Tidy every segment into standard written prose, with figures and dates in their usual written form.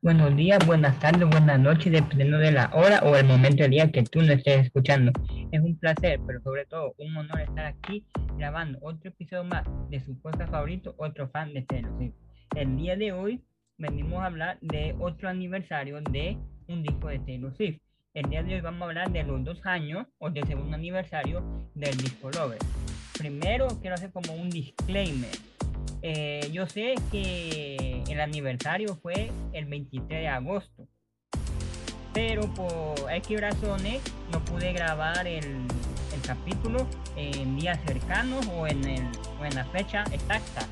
Buenos días, buenas tardes, buenas noches, dependiendo de la hora o el momento del día que tú nos estés escuchando. Es un placer, pero sobre todo un honor estar aquí grabando otro episodio más de su podcast favorito, otro fan de Taylor Swift. El día de hoy venimos a hablar de otro aniversario de un disco de Taylor Swift. El día de hoy vamos a hablar de los 2 años o del segundo aniversario del disco Lover. Primero quiero hacer como un disclaimer. Yo sé que el aniversario fue el 23 de agosto, pero por X razones no pude grabar el capítulo en días cercanos o en la fecha exacta.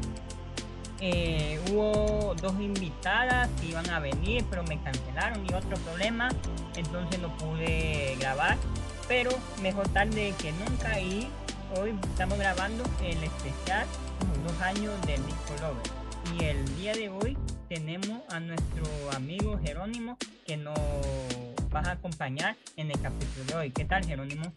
Hubo dos invitadas que iban a venir, pero me cancelaron y otro problema, entonces no pude grabar, pero mejor tarde que nunca y hoy estamos grabando el especial los 2 años del disco Lover. Y el día de hoy tenemos a nuestro amigo Jerónimo que nos va a acompañar en el capítulo de hoy. ¿Qué tal, Jerónimo?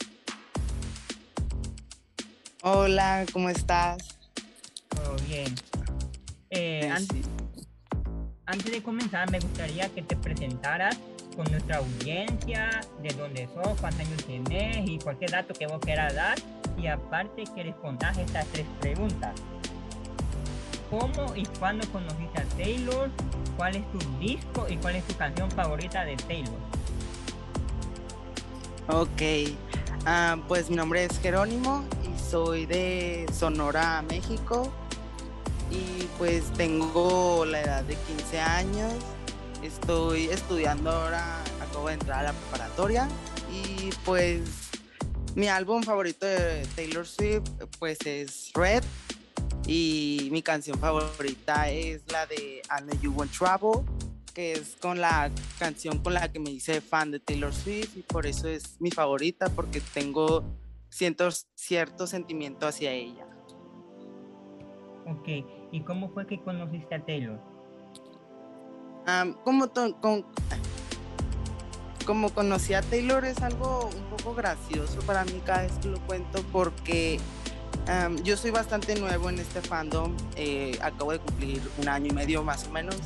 Hola, ¿cómo estás? Todo bien. Eh, an- Sí. Antes de comenzar, me gustaría que te presentaras con nuestra audiencia, de dónde sos, cuántos años tienes y cualquier dato que vos quieras dar. Y aparte que respondas estas tres preguntas. ¿Cómo y cuándo conociste a Taylor? ¿Cuál es tu disco y cuál es tu canción favorita de Taylor? Ok. Pues mi nombre es Jerónimo y soy de Sonora, México. Y pues tengo la edad de 15 años. Estoy estudiando ahora, acabo de entrar a la preparatoria. Y pues mi álbum favorito de Taylor Swift pues es Red. Y mi canción favorita es la de I Know You Want Trouble, que es con la canción con la que me hice fan de Taylor Swift y por eso es mi favorita, porque siento cierto sentimiento hacia ella. Ok, ¿y cómo fue que conociste a Taylor? Um, como, to, con, como conocí a Taylor es algo un poco gracioso para mí cada vez que lo cuento porque yo soy bastante nuevo en este fandom, acabo de cumplir un año y medio más o menos.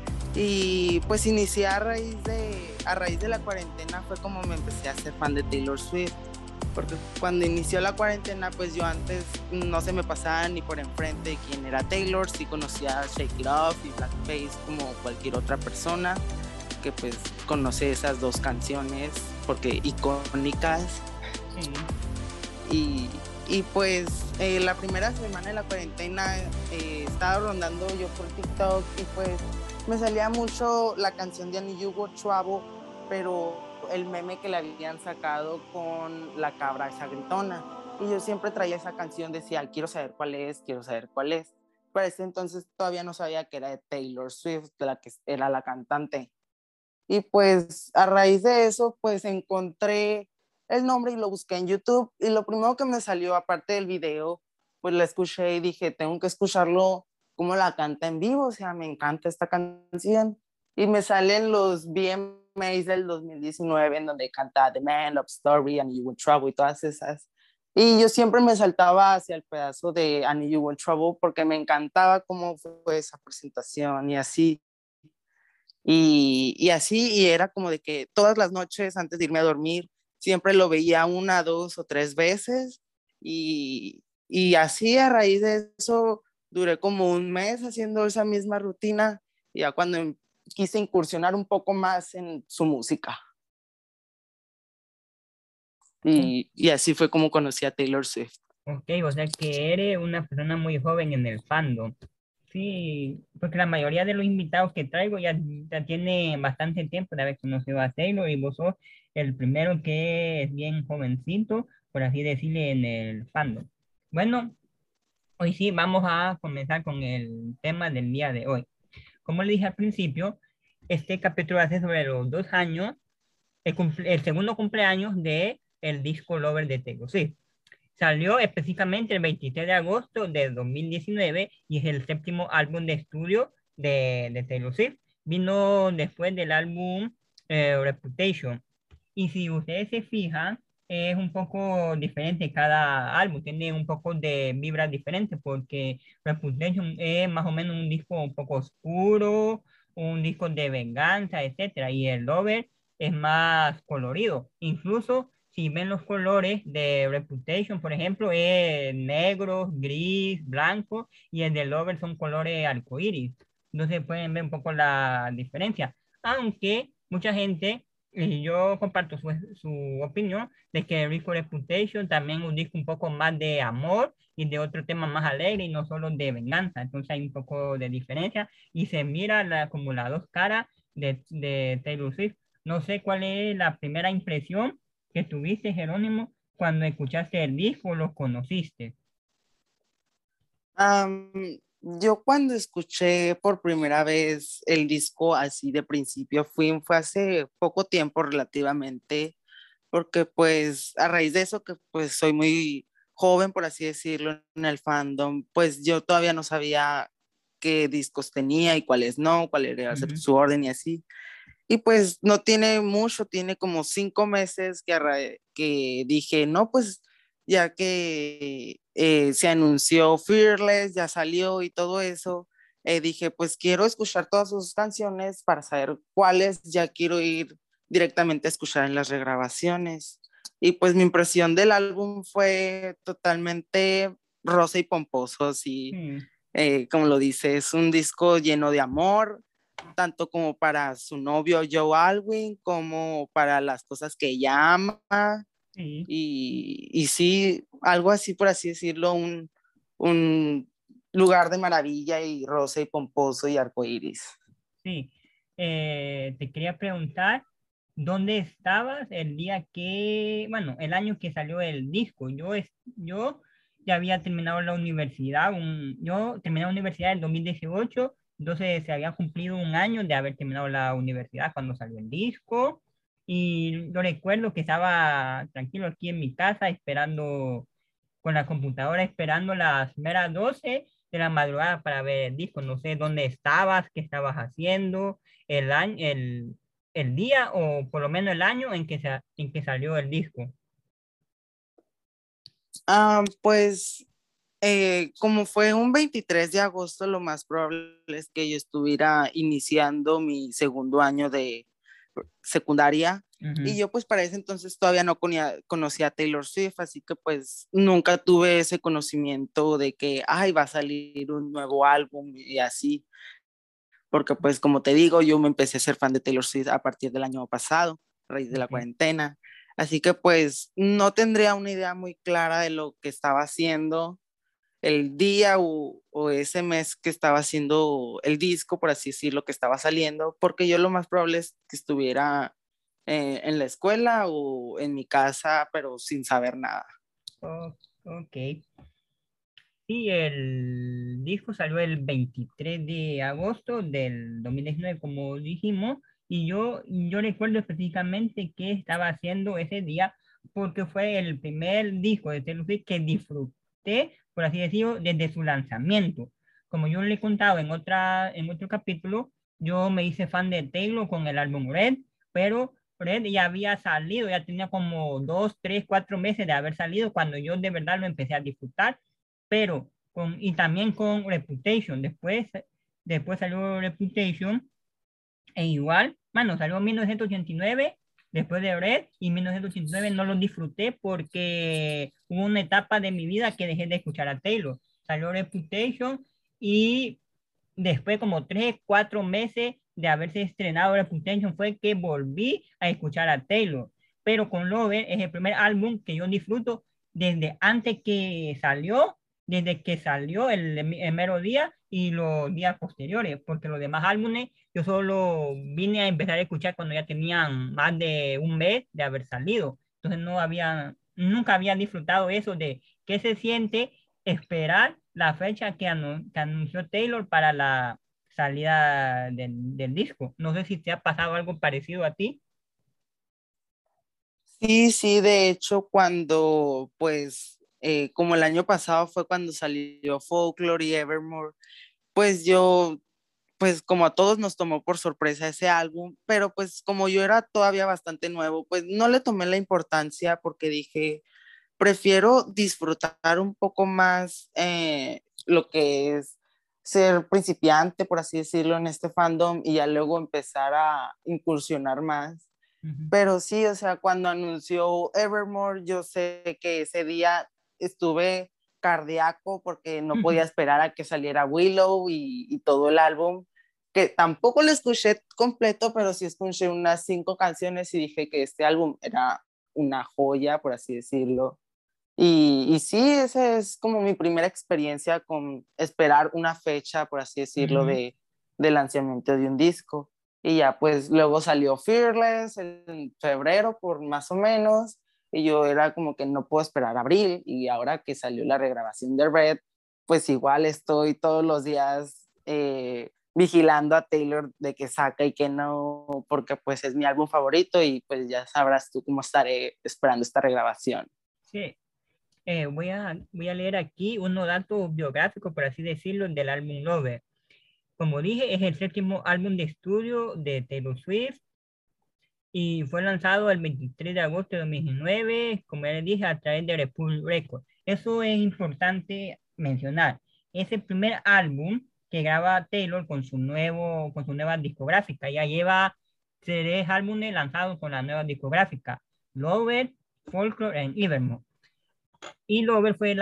Y pues inicié a raíz de la cuarentena fue como me empecé a ser fan de Taylor Swift, porque cuando inició la cuarentena pues yo antes no se me pasaba ni por enfrente de quién era Taylor, sí conocía Shake It Off y Blackface como cualquier otra persona que pues conoce esas dos canciones porque icónicas. Sí. Y, y pues la primera semana de la cuarentena estaba rondando yo por TikTok y pues me salía mucho la canción de Annie You Go Trouble, pero el meme que le habían sacado con la cabra esa gritona. Y yo siempre traía esa canción, decía, quiero saber cuál es, quiero saber cuál es. Para ese entonces todavía no sabía que era de Taylor Swift, de la que era la cantante. Y pues a raíz de eso, pues encontré el nombre y lo busqué en YouTube. Y lo primero que me salió, aparte del video, pues la escuché y dije, tengo que escucharlo como la canta en vivo. O sea, me encanta esta canción. Y me salen los VMAs del 2019 en donde canta The Man, Love Story, And You Will Trouble y todas esas. Y yo siempre me saltaba hacia el pedazo de And You Will Trouble porque me encantaba cómo fue esa presentación y así. Y así, y era como de que todas las noches antes de irme a dormir, siempre lo veía una, dos o tres veces. Y así a raíz de eso, duré como un mes haciendo esa misma rutina, y ya cuando quise incursionar un poco más en su música. Y así fue como conocí a Taylor Swift. Ok, o sea que eres una persona muy joven en el fandom. Sí, porque la mayoría de los invitados que traigo ya tiene bastante tiempo de haber conocido a Taylor y vos sos el primero que es bien jovencito, por así decirle, en el fandom. Bueno, hoy sí vamos a comenzar con el tema del día de hoy. Como le dije al principio, este capítulo va a ser sobre los 2 años, el segundo cumpleaños de el disco Lover de Taylor Swift. Salió específicamente el 23 de agosto de 2019 y es el séptimo álbum de estudio de Taylor Swift. Vino después del álbum Reputation. Y si ustedes se fijan, es un poco diferente cada álbum, tiene un poco de vibras diferentes porque Reputation es más o menos un disco un poco oscuro, un disco de venganza, etcétera, y el Lover es más colorido. Incluso si ven los colores de Reputation, por ejemplo, es negro, gris, blanco, y el de Lover son colores arcoíris. Entonces pueden ver un poco la diferencia. Aunque mucha gente, y yo comparto su opinión, de que Rico Reputation también es un disco un poco más de amor y de otro tema más alegre y no solo de venganza. Entonces hay un poco de diferencia y se mira como las dos caras de Taylor Swift. No sé cuál es la primera impresión que tuviste, Jerónimo, cuando escuchaste el disco o lo conociste. Am, yo cuando escuché por primera vez el disco así de principio fue hace poco tiempo relativamente, porque pues a raíz de eso que pues soy muy joven, por así decirlo, en el fandom, pues yo todavía no sabía qué discos tenía y cuáles no, cuál era Ujú, su orden y así. Y pues no tiene mucho, tiene como 5 meses que dije, no, pues ya que se anunció Fearless, ya salió y todo eso, dije, pues quiero escuchar todas sus canciones para saber cuáles ya quiero ir directamente a escuchar en las regrabaciones. Y pues mi impresión del álbum fue totalmente rosa y pomposo, así sí, como lo dice, es un disco lleno de amor, tanto como para su novio Joe Alwyn, como para las cosas que ella ama, sí, y sí, algo así, por así decirlo, un lugar de maravilla y rosa y pomposo y arcoíris. sí. Te quería preguntar, ¿dónde estabas el día que, bueno, el año que salió el disco? Yo ya había terminado la universidad, yo terminé la universidad en 2018, entonces se había cumplido un año de haber terminado la universidad cuando salió el disco. Y yo recuerdo que estaba tranquilo aquí en mi casa esperando con la computadora esperando las meras 12 de la madrugada para ver el disco. No sé dónde estabas, qué estabas haciendo, el año, el día o por lo menos el año en que salió el disco. Pues como fue un 23 de agosto, lo más probable es que yo estuviera iniciando mi segundo año de secundaria, y Ujú. yo pues para ese entonces todavía no conocía a Taylor Swift, así que pues nunca tuve ese conocimiento de que, ay, va a salir un nuevo álbum y así, porque pues como te digo, yo me empecé a ser fan de Taylor Swift a partir del año pasado, a raíz de la Ok. cuarentena, así que pues no tendría una idea muy clara de lo que estaba haciendo el día o ese mes que estaba haciendo el disco, por así decirlo, que estaba saliendo, porque yo lo más probable es que estuviera en la escuela o en mi casa, pero sin saber nada. Ok. Sí, el disco salió el 23 de agosto del 2019, como dijimos, y yo recuerdo específicamente qué estaba haciendo ese día, porque fue el primer disco de Taylor Swift que disfruté, por así decirlo, desde su lanzamiento. Como yo le he contado en otro capítulo, yo me hice fan de Taylor con el álbum Red, pero Red ya había salido, ya tenía como 2, 3, 4 meses de haber salido cuando yo de verdad lo empecé a disfrutar, pero y también con Reputation. Después salió Reputation e igual, bueno, salió en 1989 después de Red y 1989 no lo disfruté porque hubo una etapa de mi vida que dejé de escuchar a Taylor. Salió Reputation y después como 3, 4 meses de haberse estrenado Reputation fue que volví a escuchar a Taylor. Pero con Lover es el primer álbum que yo disfruto desde antes que salió, desde que salió el mero día y los días posteriores, porque los demás álbumes yo solo vine a empezar a escuchar cuando ya tenían más de un mes de haber salido. Entonces nunca había disfrutado eso de qué se siente esperar la fecha que anunció Taylor para la salida del disco. No sé si te ha pasado algo parecido a ti. Sí, sí, de hecho, cuando, pues, como el año pasado fue cuando salió Folklore y Evermore, pues yo, pues como a todos nos tomó por sorpresa ese álbum, pero pues como yo era todavía bastante nuevo, pues no le tomé la importancia porque dije, prefiero disfrutar un poco más lo que es ser principiante, por así decirlo, en este fandom y ya luego empezar a incursionar más. Ujú, Pero sí, o sea, cuando anunció Evermore, yo sé que ese día estuve cardíaco porque no podía ujú, esperar a que saliera Willow y todo el álbum, que tampoco lo escuché completo, pero sí escuché unas 5 canciones y dije que este álbum era una joya, por así decirlo. Y sí, esa es como mi primera experiencia con esperar una fecha, por así decirlo, ujú. de lanzamiento de un disco. Y ya pues luego salió Fearless en febrero por más o menos. Y yo era como que no puedo esperar abril. Y ahora que salió la regrabación de Red, pues igual estoy todos los días vigilando a Taylor de que saca y que no, porque pues es mi álbum favorito y pues ya sabrás tú cómo estaré esperando esta regrabación. Sí, voy a leer aquí unos datos biográficos, por así decirlo, del álbum Lover. Como dije, es el séptimo álbum de estudio de Taylor Swift y fue lanzado el 23 de agosto de 2019, como ya les dije, a través de Republic Records. Eso es importante mencionar. Es el primer álbum que graba Taylor con su nueva discográfica. Ya lleva 3 álbumes lanzados con la nueva discográfica: Lover, Folklore y Evermore. Y Lover fue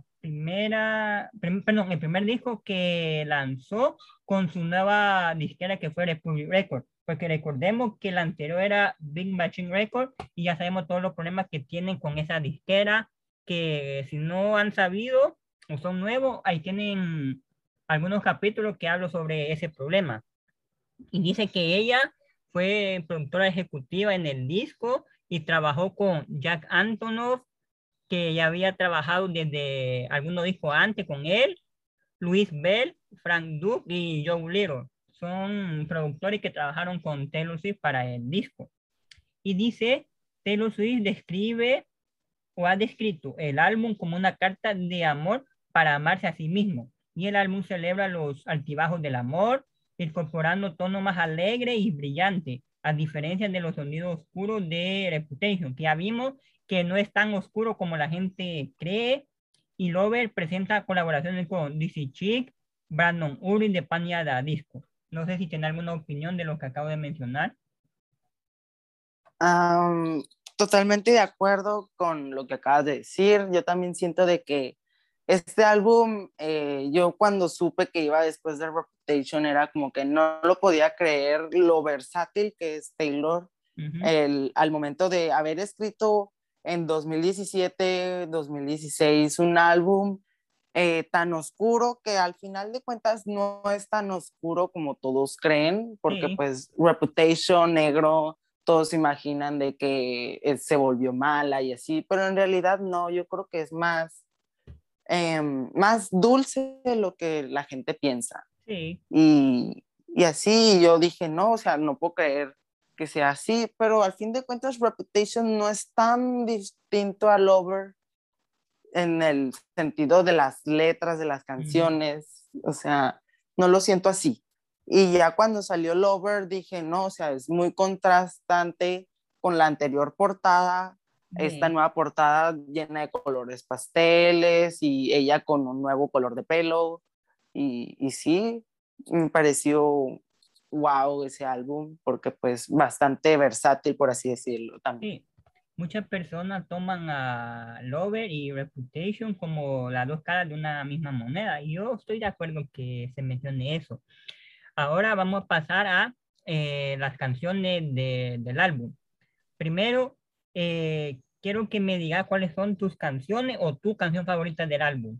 perdón, el primer disco que lanzó con su nueva disquera, que fue Republic Records. Porque recordemos que el anterior era Big Machine Records y ya sabemos todos los problemas que tienen con esa disquera, que si no han sabido o son nuevos, ahí tienen algunos capítulos que hablo sobre ese problema. Y dice que ella fue productora ejecutiva en el disco y trabajó con Jack Antonoff, que ya había trabajado desde algunos discos antes con él, Luis Bell, Frank Duke y Joe Little. Son productores que trabajaron con Taylor Swift para el disco. Y dice, Taylor Swift describe o ha descrito el álbum como una carta de amor para amarse a sí mismo. Y el álbum celebra los altibajos del amor, incorporando tono más alegre y brillante, a diferencia de los sonidos oscuros de Reputation, que ya vimos que no es tan oscuro como la gente cree. Y Lover presenta colaboraciones con DC Chick, Brandon Urie de Paniada Disco. No sé si tiene alguna opinión de lo que acabo de mencionar. Um, Totalmente de acuerdo con lo que acabas de decir. Yo también siento de que este álbum, yo cuando supe que iba después de Reputation, era como que no lo podía creer lo versátil que es Taylor Ujú. al momento de haber escrito en 2017, 2016 un álbum tan oscuro que al final de cuentas no es tan oscuro como todos creen, porque Sí, pues Reputation, negro, todos se imaginan de que se volvió mala y así, pero en realidad no, yo creo que es más dulce de lo que la gente piensa. sí. Y así yo dije, no, o sea, no puedo creer que sea así, pero al fin de cuentas Reputation no es tan distinto a Lover en el sentido de las letras de las Ujú. canciones, o sea, no lo siento así. Y ya cuando salió Lover dije, no, o sea, es muy contrastante con la anterior portada, esta Sí. nueva portada llena de colores pasteles y ella con un nuevo color de pelo. Y sí, me pareció wow ese álbum, porque pues bastante versátil, por así decirlo también. Sí, muchas personas toman a Lover y Reputation como las dos caras de una misma moneda. Y yo estoy de acuerdo que se mencione eso. Ahora vamos a pasar a las canciones del álbum. Primero, quiero que me digas cuáles son tus canciones o tu canción favorita del álbum.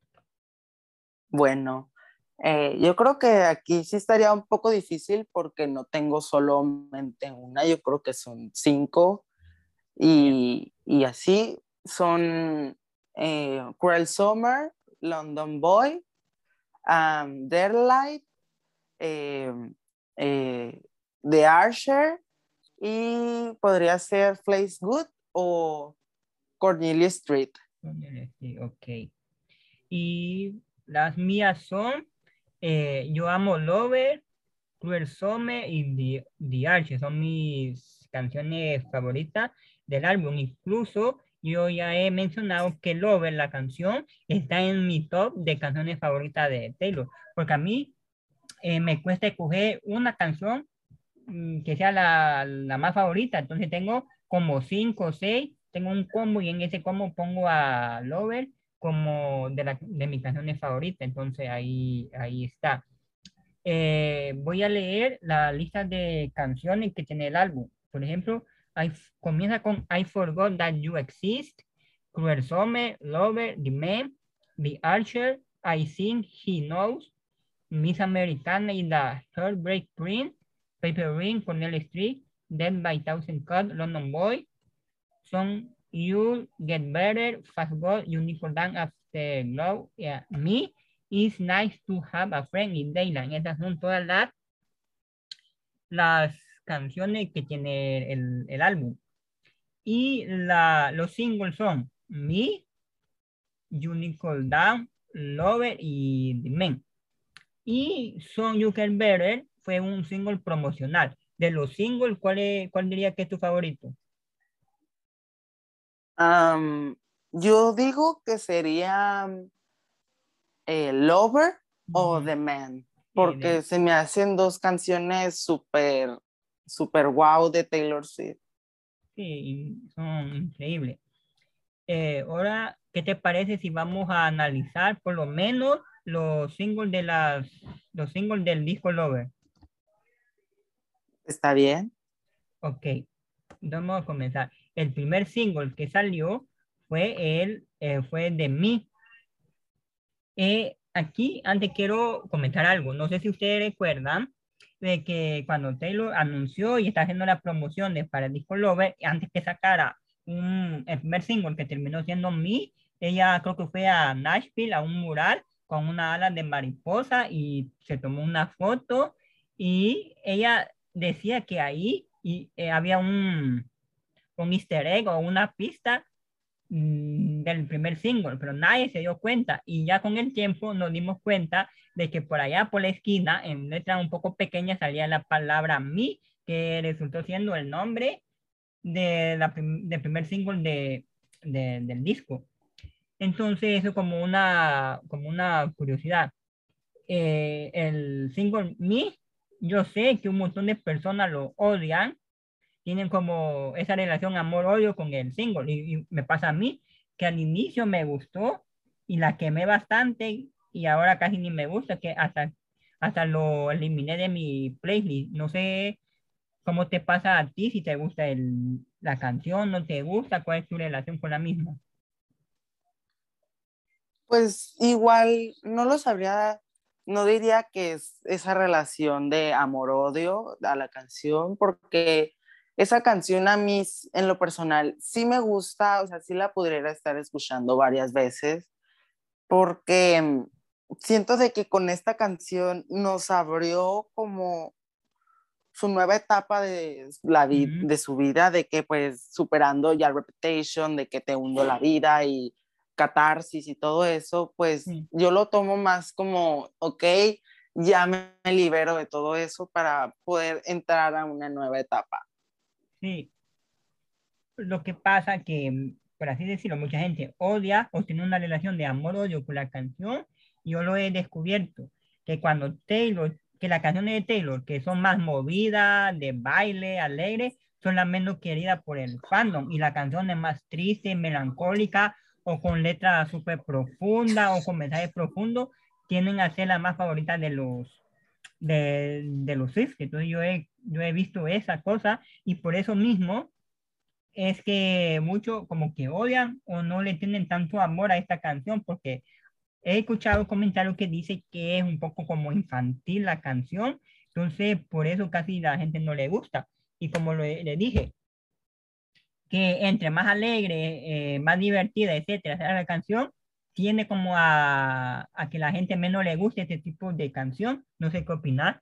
Bueno, yo creo que aquí sí estaría un poco difícil porque no tengo solamente una, yo creo que son 5 Bien. y así son Cruel Summer, London Boy, Their Light, eh, eh, The Archer y podría ser Place Good o Cornelia Street. Sí, ok. Y las mías son Yo Amo Lover, Cruel Summer y The Archer. Son mis canciones favoritas del álbum. Incluso yo ya he mencionado que Lover, la canción, está en mi top de canciones favoritas de Taylor, porque a mí me cuesta escoger una canción que sea la más favorita. Entonces tengo como cinco o seis, tengo un combo y en ese combo pongo a Lover como de mis canciones favoritas. Entonces ahí está. Voy a leer la lista de canciones que tiene el álbum. Por ejemplo, comienza con I Forgot That You Exist, Cruel Summer, Lover, The Man, The Archer, I Think He Knows, Miss Americana y The Heartbreak Prince, Paper Ring, Cornell Street, Dead by Thousand Cuts, London Boy, Son You Get Better, Fast God, Unicorn Dance After Love, yeah, Me, It's Nice to Have a Friend in Dayland. Estas son todas las canciones que tiene el álbum. Y los singles son Me, Unicorn Down, Lover y The Man. Y Son You Get Better fue un single promocional. De los singles, ¿cuál diría que es tu favorito? Yo digo que sería Lover o Ujú. The Man, Sí, porque se me hacen dos canciones súper, súper wow de Taylor Swift. sí, son increíbles. Ahora, ¿qué te parece si vamos a analizar por lo menos los singles del disco Lover? ¿Está bien? Ok, vamos a comenzar. El primer single que salió fue de mí. Aquí antes quiero comentar algo. No sé si ustedes recuerdan de que cuando Taylor anunció y está haciendo las promociones para el disco Lover, antes que sacara el primer single que terminó siendo Me, ella creo que fue a Nashville a un mural con una ala de mariposa y se tomó una foto y ella decía que había un easter egg o una pista del primer single, pero nadie se dio cuenta y ya con el tiempo nos dimos cuenta de que por allá por la esquina, en letra un poco pequeña, salía la palabra Me, que resultó siendo el nombre del primer single del disco. Entonces, eso como una curiosidad. El single Me, yo sé que un montón de personas lo odian, tienen como esa relación amor-odio con el single. Y me pasa a mí que al inicio me gustó y la quemé bastante y ahora casi ni me gusta, que hasta lo eliminé de mi playlist. No sé cómo te pasa a ti, si te gusta la canción, no te gusta, cuál es tu relación con la misma. Pues igual no lo sabría, no diría que es esa relación de amor-odio a la canción, porque esa canción a mí en lo personal sí me gusta, o sea, sí la pudiera estar escuchando varias veces, porque siento de que con esta canción nos abrió como su nueva etapa Ujú. de su vida, de que pues superando ya Reputation, de que te hundo la vida y catarsis y todo eso, pues Sí, yo lo tomo más como, ok, ya me libero de todo eso para poder entrar a una nueva etapa. sí. Lo que pasa que, por así decirlo, mucha gente odia o tiene una relación de amor-odio con la canción. Yo lo he descubierto, que las canciones de Taylor, que son más movidas, de baile, alegre, son las menos queridas por el fandom. Y las canciones más tristes, melancólicas o con letras súper profundas o con mensajes profundos, tienden a ser las más favoritas de los Swifties. Entonces yo he visto esa cosa y por eso mismo es que muchos como que odian o no le tienen tanto amor a esta canción porque he escuchado comentarios que dice que es un poco como infantil la canción, entonces por eso casi la gente no le gusta. Y como le dije, que entre más alegre, más divertida, etcétera, sea la canción, tiende como a que la gente menos le guste este tipo de canción. No sé qué opinar.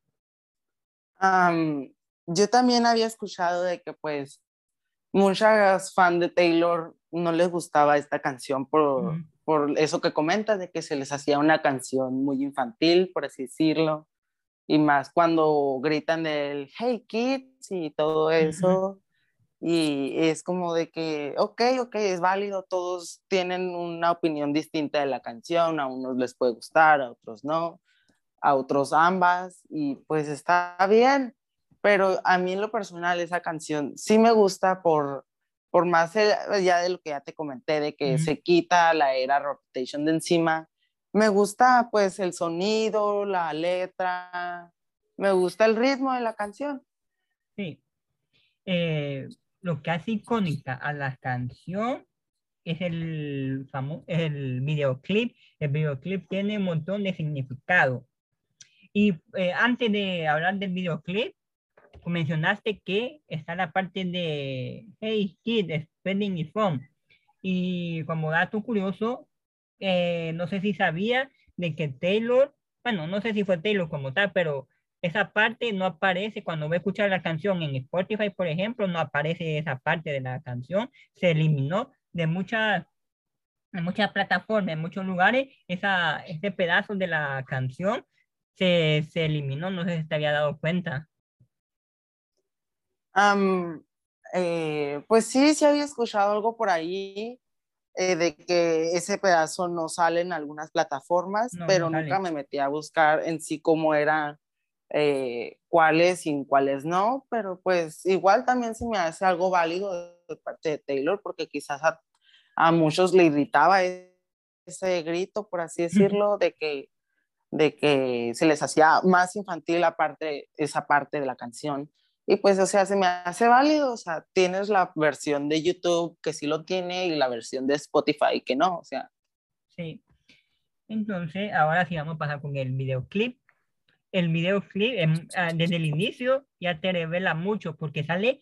Um, yo también había escuchado de que pues muchas fans de Taylor no les gustaba esta canción Ujú, por eso que comentas, de que se les hacía una canción muy infantil, por así decirlo, y más cuando gritan del Hey Kids y todo ujú. eso. y es como de que, ok, es válido, todos tienen una opinión distinta de la canción, a unos les puede gustar, a otros no, a otros ambas, y pues está bien, pero a mí en lo personal esa canción sí me gusta por más ya de lo que ya te comenté, de que Ujú. se quita la era Reputation de encima, me gusta pues el sonido, la letra, me gusta el ritmo de la canción. Sí. Eh, lo que hace icónica a la canción es el videoclip. El videoclip tiene un montón de significado. Y antes de hablar del videoclip, mencionaste que está la parte de Hey Kid, Spending is Fun. Y como dato curioso, no sé si sabía de que Taylor, bueno, no sé si fue Taylor como tal, pero esa parte no aparece cuando voy a escuchar la canción en Spotify, por ejemplo, no aparece esa parte de la canción, se eliminó de muchas plataformas, en muchos lugares, ese pedazo de la canción se eliminó, no sé si te había dado cuenta. Am, pues sí, sí había escuchado algo por ahí de que ese pedazo no sale en algunas plataformas, No, no pero nunca sale. me metí a buscar en sí cómo eran cuáles y cuáles no, pero pues igual también se me hace algo válido de parte de Taylor, porque quizás a muchos le irritaba ese grito, por así decirlo, de que se les hacía más infantil aparte, esa parte de la canción. Y pues, o sea, se me hace válido, o sea, tienes la versión de YouTube que sí lo tiene y la versión de Spotify que no, o sea. Sí. Entonces, ahora sí vamos a pasar con el videoclip. El videoclip, desde el inicio, ya te revela mucho porque sale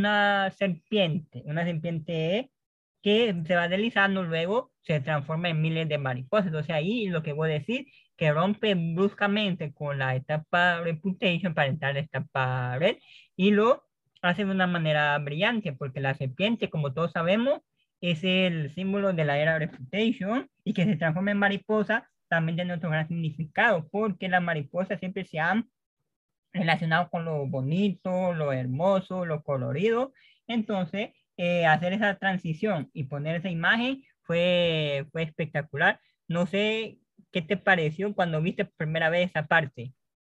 una serpiente que se va deslizando, luego se transforma en miles de mariposas. Entonces ahí lo que voy a decir, que rompe bruscamente con la etapa Reputation para entrar a la etapa Red y lo hace de una manera brillante porque la serpiente, como todos sabemos, es el símbolo de la era Reputation y que se transforma en mariposa también tiene otro gran significado, porque las mariposas siempre se han relacionado con lo bonito, lo hermoso, lo colorido. Entonces, hacer esa transición y poner esa imagen fue espectacular. No sé qué te pareció cuando viste por primera vez esa parte.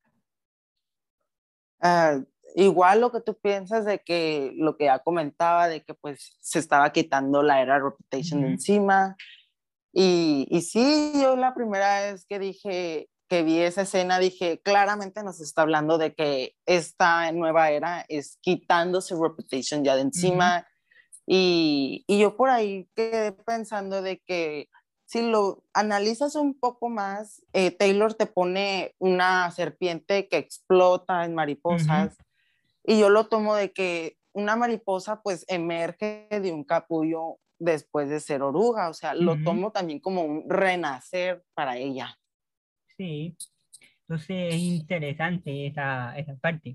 Ah, igual lo que tú piensas de que lo que ya comentaba, de que pues se estaba quitando la era Reputation de Ujú, encima. Y sí, yo la primera vez que dije, que vi esa escena, dije, claramente nos está hablando de que esta nueva era es quitándose Reputation ya de ujú, encima. Y yo por ahí quedé pensando de que si lo analizas un poco más, Taylor te pone una serpiente que explota en ujú, mariposas y yo lo tomo de que una mariposa pues emerge de un capullo después de ser oruga, o sea, lo ujú. tomo también como un renacer para ella. Sí, entonces es interesante esa parte.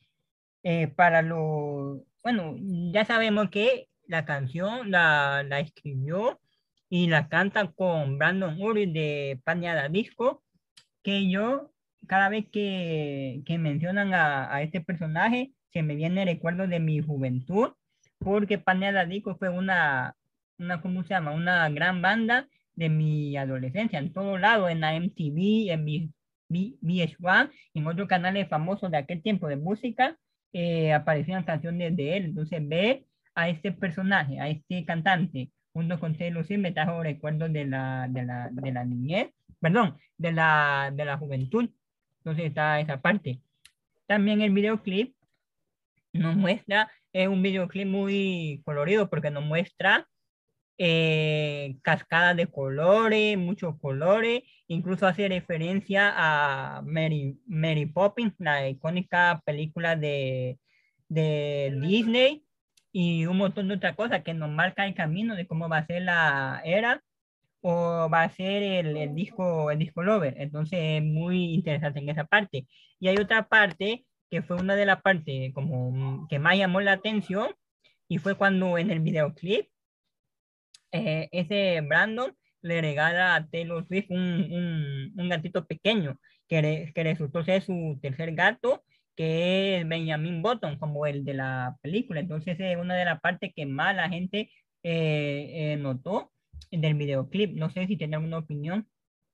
Bueno, ya sabemos que la canción la escribió y la canta con Brandon Urie de Pañada Disco, que yo cada vez que mencionan a este personaje se me viene el recuerdo de mi juventud, porque Pañada Disco fue ¿cómo se llama? Una gran banda de mi adolescencia, en todo lado, en la MTV, en VH1, en otros canales famosos de aquel tiempo de música, aparecían canciones de él. Entonces, ver a este personaje, a este cantante, junto con Taylor Swift, me trajo recuerdos de la niñez, perdón, de la juventud. Entonces está esa parte. También el videoclip nos muestra, es un videoclip muy colorido porque nos muestra cascadas de colores, muchos colores, incluso hace referencia a Mary Poppins, la icónica película de Disney, y un montón de otras cosas que nos marca el camino de cómo va a ser la era o va a ser el disco Lover. Entonces es muy interesante en esa parte. Y hay otra parte que fue una de las partes como que más llamó la atención y fue cuando en el videoclip ese Brandon le regala a Taylor Swift un gatito pequeño que resultó ser su tercer gato que es Benjamin Button, como el de la película. Entonces es una de las partes que más la gente notó del videoclip. No sé si tiene alguna opinión.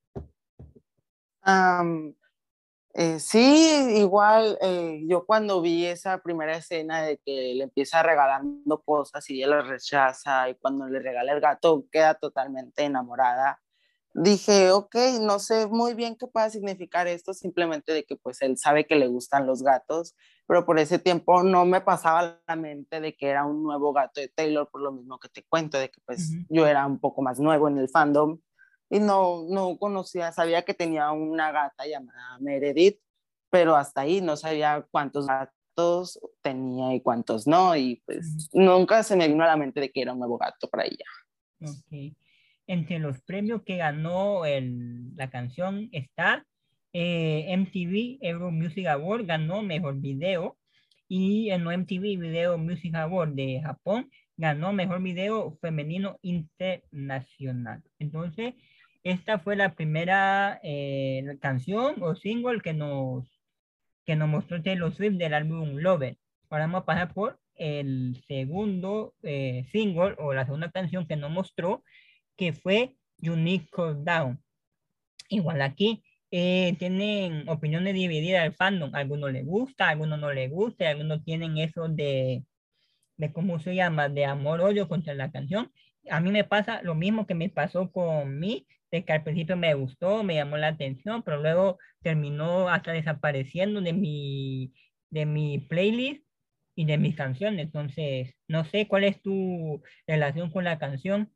Am, sí, igual yo cuando vi esa primera escena de que le empieza regalando cosas y ella las rechaza y cuando le regala el gato queda totalmente enamorada, dije, ok, no sé muy bien qué pueda significar esto, simplemente de que pues él sabe que le gustan los gatos, pero por ese tiempo no me pasaba a la mente de que era un nuevo gato de Taylor, por lo mismo que te cuento, de que pues Ujú. yo era un poco más nuevo en el fandom y no conocía, sabía que tenía una gata llamada Meredith, pero hasta ahí no sabía cuántos gatos tenía y cuántos no, y Ujú. pues nunca se me vino a la mente de que era un nuevo gato para ella. Ok. Entre los premios que ganó la canción está MTV Euro Music Award, ganó Mejor Video, y en los MTV Video Music Award de Japón ganó Mejor Video Femenino Internacional. Entonces, esta fue la primera canción o single que nos mostró Taylor Swift del álbum Lover. Ahora vamos a pasar por el segundo single o la segunda canción que nos mostró, que fue Unique Down. Igual aquí tienen opiniones divididas del fandom. A algunos les gusta, a algunos no les gusta, y algunos tienen eso de cómo se llama, de amor-odio contra la canción. A mí me pasa lo mismo que me pasó con mí, de que al principio me gustó, me llamó la atención, pero luego terminó hasta desapareciendo de mi playlist y de mis canciones. Entonces, no sé cuál es tu relación con la canción.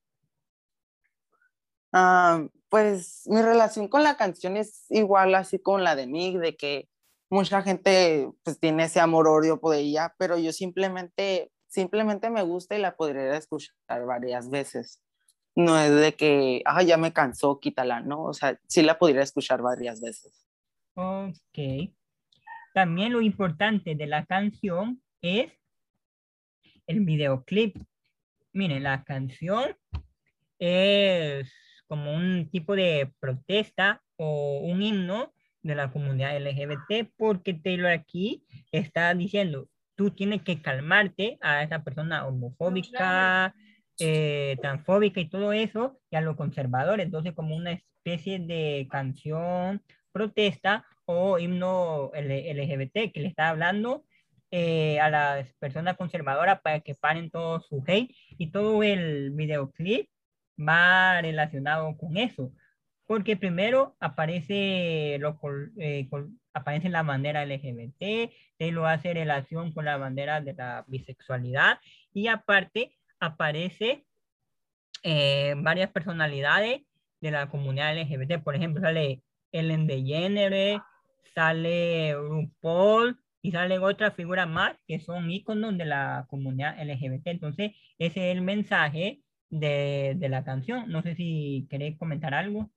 Pues mi relación con la canción es igual así con la de Mick, de que mucha gente pues tiene ese amor-odio por ella, pero yo simplemente me gusta y la podría escuchar varias veces. No es de que, ya me cansó, quítala, ¿no? O sea, sí la podría escuchar varias veces. Ok. También lo importante de la canción es el videoclip. Miren, la canción es como un tipo de protesta o un himno de la comunidad LGBT, porque Taylor aquí está diciendo, tú tienes que calmarte a esa persona homofóbica, transfóbica y todo eso, y a los conservadores. Entonces, como una especie de canción protesta o himno LGBT que le está hablando a las personas conservadoras para que paren todo su hate, y todo el videoclip va relacionado con eso. Porque primero aparece, aparece la bandera LGBT, te lo hace relación con la bandera de la bisexualidad, y aparte aparece varias personalidades de la comunidad LGBT. Por ejemplo, sale Ellen DeGeneres, sale RuPaul y salen otras figuras más que son íconos de la comunidad LGBT. Entonces, ese es el mensaje de la canción. No sé si queréis comentar algo.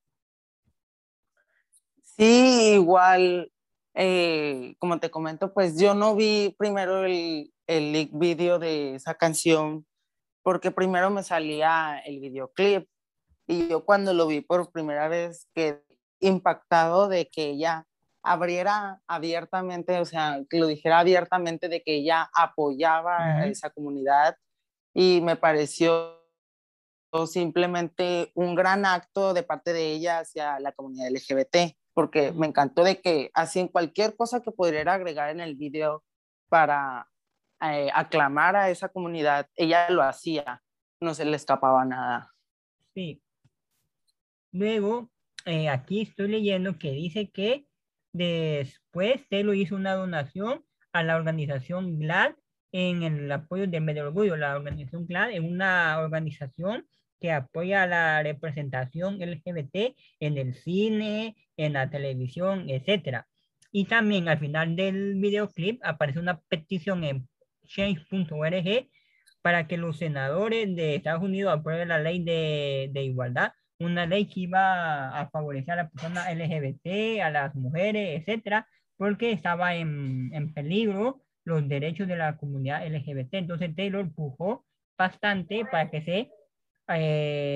Sí, igual, como te comento, pues yo no vi primero el leak video de esa canción porque primero me salía el videoclip y yo cuando lo vi por primera vez quedé impactado de que ella abriera abiertamente, o sea, que lo dijera abiertamente de que ella apoyaba a Ujú. esa comunidad y me pareció simplemente un gran acto de parte de ella hacia la comunidad LGBT, porque me encantó de que así en cualquier cosa que pudiera agregar en el video para aclamar a esa comunidad, ella lo hacía, no se le escapaba nada. Sí. Luego, aquí estoy leyendo que dice que después Taylor hizo una donación a la organización GLAAD en el apoyo del mes del orgullo. La organización GLAAD es una organización que apoya a la representación LGBT en el cine, en la televisión, etcétera. Y también al final del videoclip aparece una petición en change.org para que los senadores de Estados Unidos aprueben la ley de igualdad, una ley que iba a favorecer a las personas LGBT, a las mujeres, etcétera, porque estaba en peligro los derechos de la comunidad LGBT. Entonces Taylor empujó bastante para que se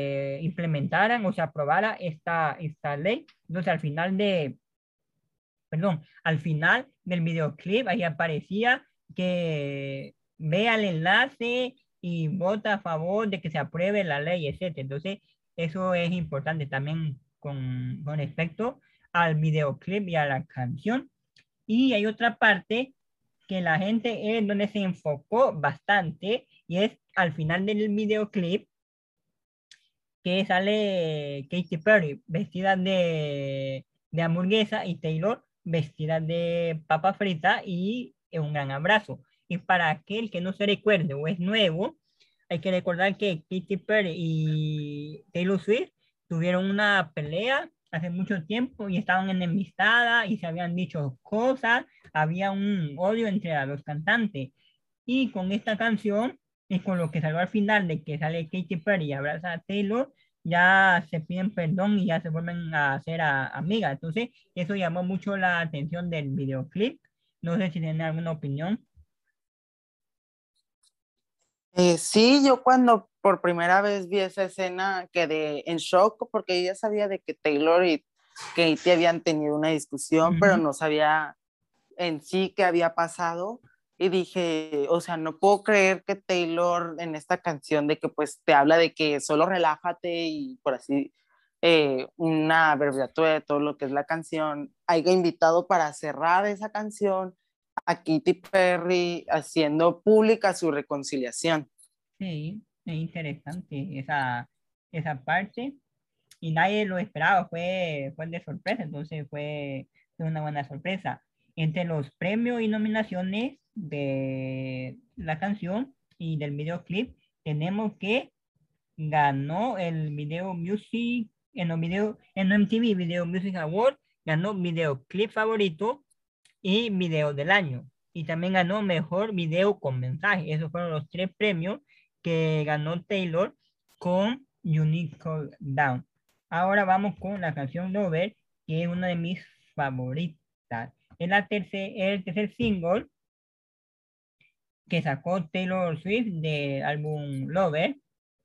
implementaran o se aprobara esta ley. Entonces al final perdón, al final del videoclip ahí aparecía que vea el enlace y vota a favor de que se apruebe la ley, etcétera. Entonces, eso es importante también con respecto al videoclip y a la canción. Y hay otra parte que la gente es donde se enfocó bastante y es al final del videoclip que sale Katy Perry vestida de hamburguesa y Taylor vestida de papa frita y un gran abrazo. Y para aquel que no se recuerde o es nuevo, hay que recordar que Katy Perry y Taylor Swift tuvieron una pelea hace mucho tiempo y estaban enemistadas y se habían dicho cosas, había un odio entre las dos cantantes. Y con esta canción, y con lo que salió al final de que sale Katy Perry y abraza a Taylor, ya se piden perdón y ya se vuelven a hacer amigas. Entonces, eso llamó mucho la atención del videoclip. No sé si tienen alguna opinión. Sí, yo cuando por primera vez vi esa escena quedé en shock porque yo ya sabía de que Taylor y Katie habían tenido una discusión, pero Ujú. no sabía en sí qué había pasado. Y dije, o sea, no puedo creer que Taylor en esta canción de que pues te habla de que solo relájate y por así una abreviatura de todo lo que es la canción, haya invitado para cerrar esa canción a Katy Perry haciendo pública su reconciliación. Sí, es interesante esa parte. Y nadie lo esperaba, fue de sorpresa, entonces fue una buena sorpresa. Entre los premios y nominaciones de la canción y del videoclip, tenemos que ganó el Video Music, en MTV Video Music Award, ganó videoclip favorito y video del año. Y también ganó mejor video con mensaje. Esos fueron los tres premios que ganó Taylor con Unique Down. Ahora vamos con la canción Lover, que es una de mis favoritas. El tercer single que sacó Taylor Swift del álbum Lover.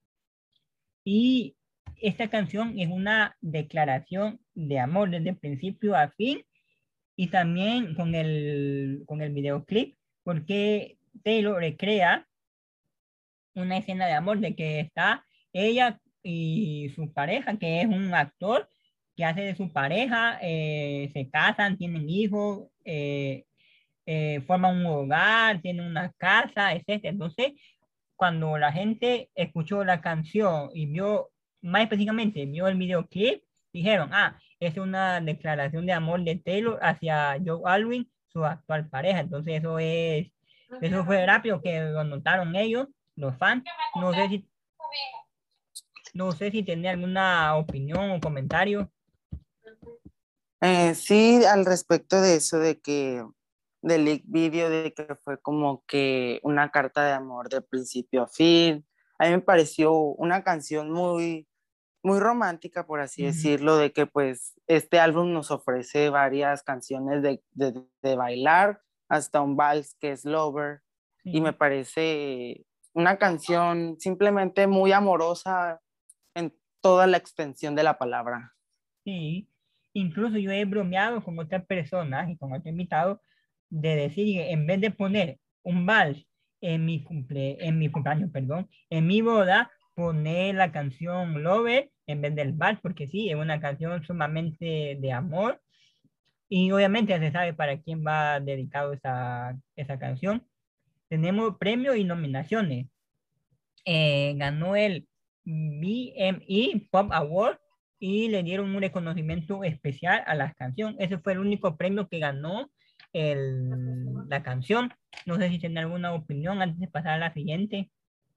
Y esta canción es una declaración de amor desde principio a fin y también con el videoclip, porque Taylor recrea una escena de amor de que está ella y su pareja, que es un actor que hace de su pareja, se casan, tienen hijos, forman un hogar, tienen una casa, etcétera. Entonces, cuando la gente escuchó la canción y vio, más específicamente, vio el videoclip, dijeron, es una declaración de amor de Taylor hacia Joe Alwyn, su actual pareja. Entonces eso fue rápido que lo notaron ellos, los fans. No sé si, no sé si tenía alguna opinión o comentario. Sí, al respecto de eso, de que del leak video, de que fue como que una carta de amor de principio a fin. A mí me pareció una canción muy romántica, por así Ujú. decirlo, de que pues este álbum nos ofrece varias canciones de bailar, hasta un vals que es Lover, y me Sí, parece una canción simplemente muy amorosa en toda la extensión de la palabra. sí. Incluso yo he bromeado con otras personas y con otros invitados de decir que en vez de poner un vals en mi cumpleaños, perdón, en mi boda, poner la canción Lover en vez del vals, porque sí, es una canción sumamente de amor y obviamente ya se sabe para quién va dedicado esa canción. Tenemos premios y nominaciones. Ganó el BME Pop Award y le dieron un reconocimiento especial a la canción. Ese fue el único premio que ganó la canción. No sé si tiene alguna opinión antes de pasar a la siguiente.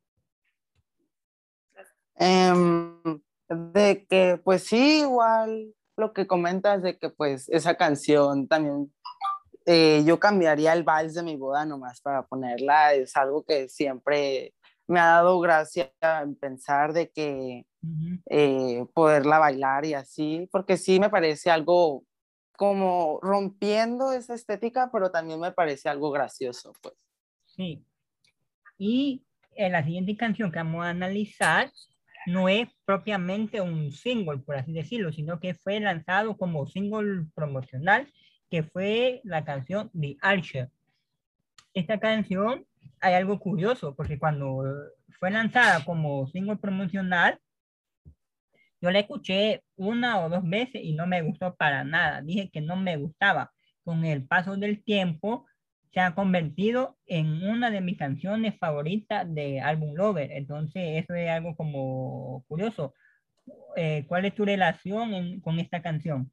De que pues sí, igual lo que comentas de que pues esa canción también yo cambiaría el vals de mi boda nomás para ponerla, es algo que siempre me ha dado gracia en pensar de que Ujú. poderla bailar y así, porque sí me parece algo como rompiendo esa estética, pero también me parece algo gracioso, pues. Sí. Y la siguiente canción que vamos a analizar no es propiamente un single, por así decirlo, sino que fue lanzado como single promocional que fue la canción The Archer. Esta canción, hay algo curioso, porque cuando fue lanzada como single promocional, yo la escuché una o dos veces y no me gustó para nada. Dije que no me gustaba. Con el paso del tiempo, se ha convertido en una de mis canciones favoritas de álbum Lover. Entonces, eso es algo como curioso. ¿Cuál es tu relación con esta canción?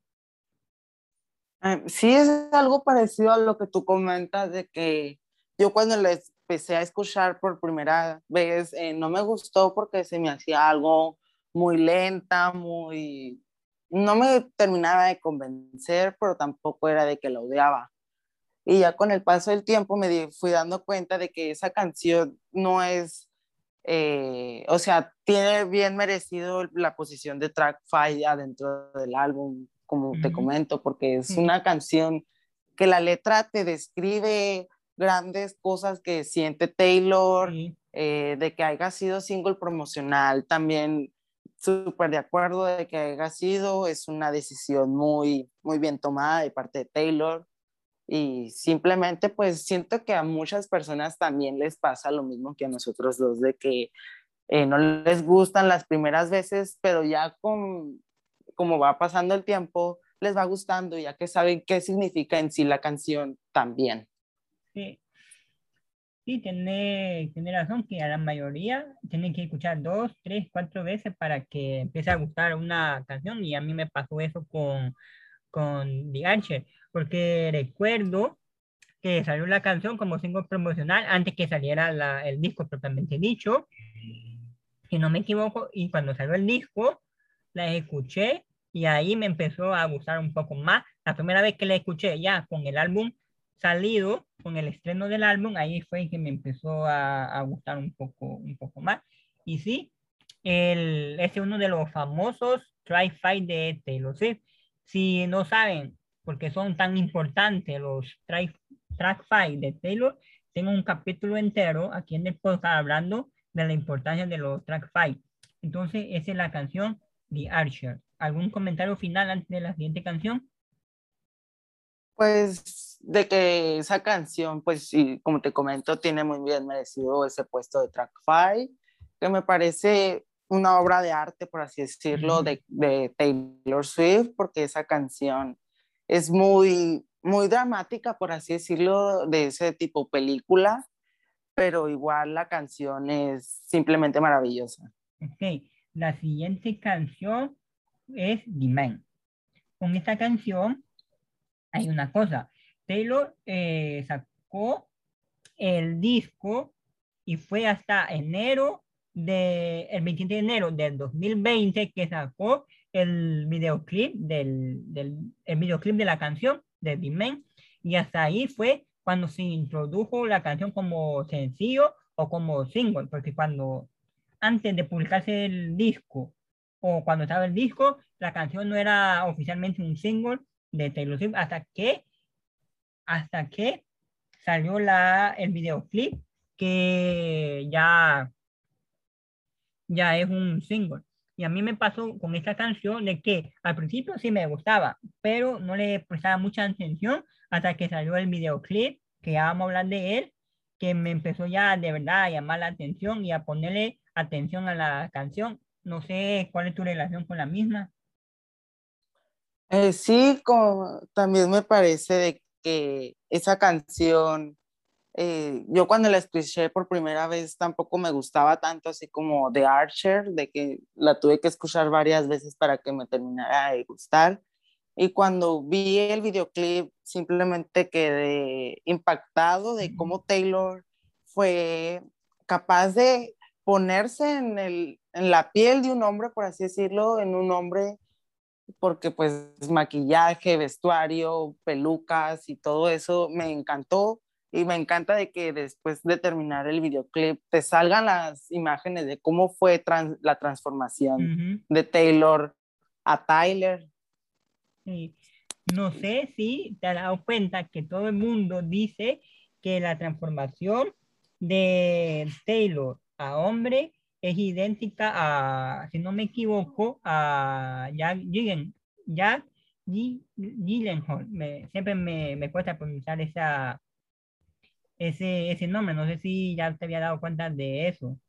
Sí, es algo parecido a lo que tú comentas de que yo cuando la empecé a escuchar por primera vez no me gustó porque se me hacía algo muy lenta, muy... No me terminaba de convencer, pero tampoco era de que la odiaba. Y ya con el paso del tiempo fui dando cuenta de que esa canción no es, o sea, tiene bien merecido la posición de track 5 adentro del álbum, como te Ujú, comento, porque es sí, una canción que la letra te describe grandes cosas que siente Taylor, sí, de que haya sido single promocional, también súper de acuerdo de que haya sido, es una decisión muy, muy bien tomada de parte de Taylor y simplemente pues siento que a muchas personas también les pasa lo mismo que a nosotros dos, de que no les gustan las primeras veces, pero ya como va pasando el tiempo, les va gustando, ya que saben qué significa en sí la canción también. sí. Sí, tiene razón que a la mayoría tienen que escuchar dos, tres, cuatro veces para que empiece a gustar una canción y a mí me pasó eso con The Archer, porque recuerdo que salió la canción como single promocional antes que saliera el disco propiamente dicho, si no me equivoco, y cuando salió el disco, la escuché y ahí me empezó a gustar un poco más. La primera vez que la escuché ya con el álbum salido, con el estreno del álbum, ahí fue que me empezó a gustar un poco más. Y sí, ese es uno de los famosos Try Fight de Taylor Swift. Si no saben por qué son tan importantes los Track Fight de Taylor, tengo un capítulo entero aquí en el podcast hablando de la importancia de los track five. Entonces, esa es la canción The Archer. ¿Algún comentario final antes de la siguiente canción? Pues de que esa canción, pues sí, como te comento, tiene muy bien merecido ese puesto de track 5, que me parece una obra de arte, por así decirlo, Ujú. de Taylor Swift, porque esa canción es muy, muy dramática, por así decirlo, de ese tipo película, pero igual la canción es simplemente maravillosa. Ok, la siguiente canción es The Man. Con esta canción hay una cosa. Taylor sacó el disco y fue hasta el 27 de enero del 2020 que sacó el videoclip de la canción de The Man, y hasta ahí fue cuando se introdujo la canción como sencillo o como single, porque cuando antes de publicarse el disco o cuando estaba el disco, la canción no era oficialmente un single de Taylor Swift hasta que salió el videoclip que ya es un single. Y a mí me pasó con esta canción de que al principio sí me gustaba, pero no le prestaba mucha atención hasta que salió el videoclip, que ya vamos a hablar de él, que me empezó ya de verdad a llamar la atención y a ponerle atención a la canción. No sé cuál es tu relación con la misma. Sí, también me parece de que esa canción yo cuando la escuché por primera vez tampoco me gustaba tanto así como The Archer, de que la tuve que escuchar varias veces para que me terminara de gustar. Y cuando vi el videoclip simplemente quedé impactado de cómo Taylor fue capaz de ponerse en la piel de un hombre, por así decirlo, en un hombre, porque pues maquillaje, vestuario, pelucas y todo eso me encantó y me encanta de que después de terminar el videoclip te salgan las imágenes de cómo fue la transformación Ujú. de Taylor a Tyler. Sí. No sé si te has dado cuenta que todo el mundo dice que la transformación de Taylor a hombre es idéntica a, si no me equivoco, a Jack Gyllenhaal. Siempre me cuesta pronunciar ese nombre. No sé si ya te había dado cuenta de eso.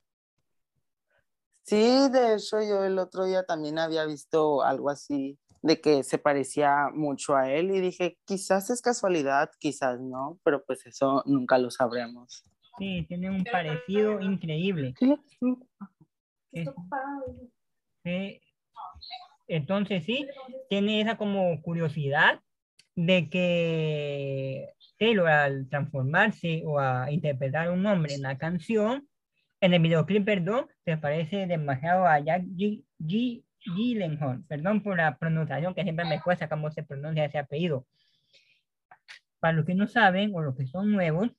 Sí, de hecho yo el otro día también había visto algo así de que se parecía mucho a él y dije, quizás es casualidad, quizás no, pero pues eso nunca lo sabremos. Sí, tiene un parecido increíble. ¿Qué le Es- eh, entonces sí, tiene esa como curiosidad de que Taylor al transformarse o a interpretar un hombre en la canción, en el videoclip, perdón, se parece demasiado a Jack Gyllenhaal. Perdón por la pronunciación que siempre me cuesta cómo se pronuncia ese apellido. Para los que no saben o los que son nuevos,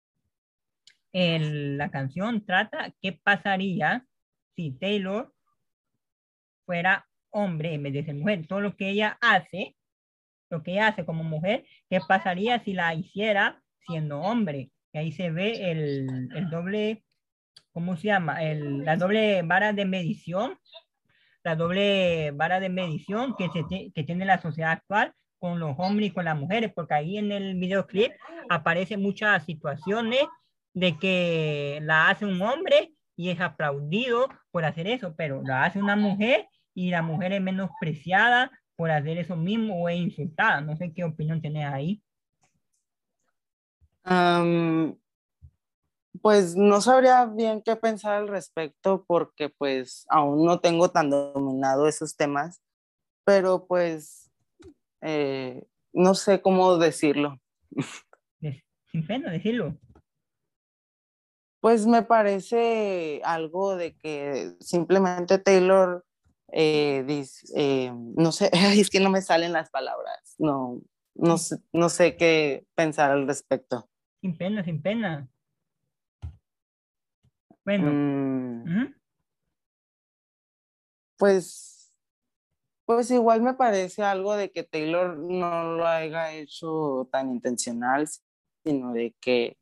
la canción trata qué pasaría si Taylor fuera hombre en vez de ser mujer. Todo lo que ella hace como mujer, qué pasaría si la hiciera siendo hombre. Y ahí se ve el doble, ¿cómo se llama? La doble vara de medición, la doble vara de medición que tiene la sociedad actual con los hombres y con las mujeres, porque ahí en el videoclip aparecen muchas situaciones de que la hace un hombre y es aplaudido por hacer eso, pero la hace una mujer y la mujer es menospreciada por hacer eso mismo o es insultada. No sé qué opinión tenés ahí. Am, pues no sabría bien qué pensar al respecto porque pues aún no tengo tan dominado esos temas, pero pues no sé cómo decirlo. Sin pena decirlo. Pues me parece algo de que simplemente Taylor no sé, ay, es que no me salen las palabras, no, no sé qué pensar al respecto. Sin pena, sin pena. Bueno, Mm, ujú. pues, pues igual me parece algo de que Taylor no lo haya hecho tan intencional, sino de que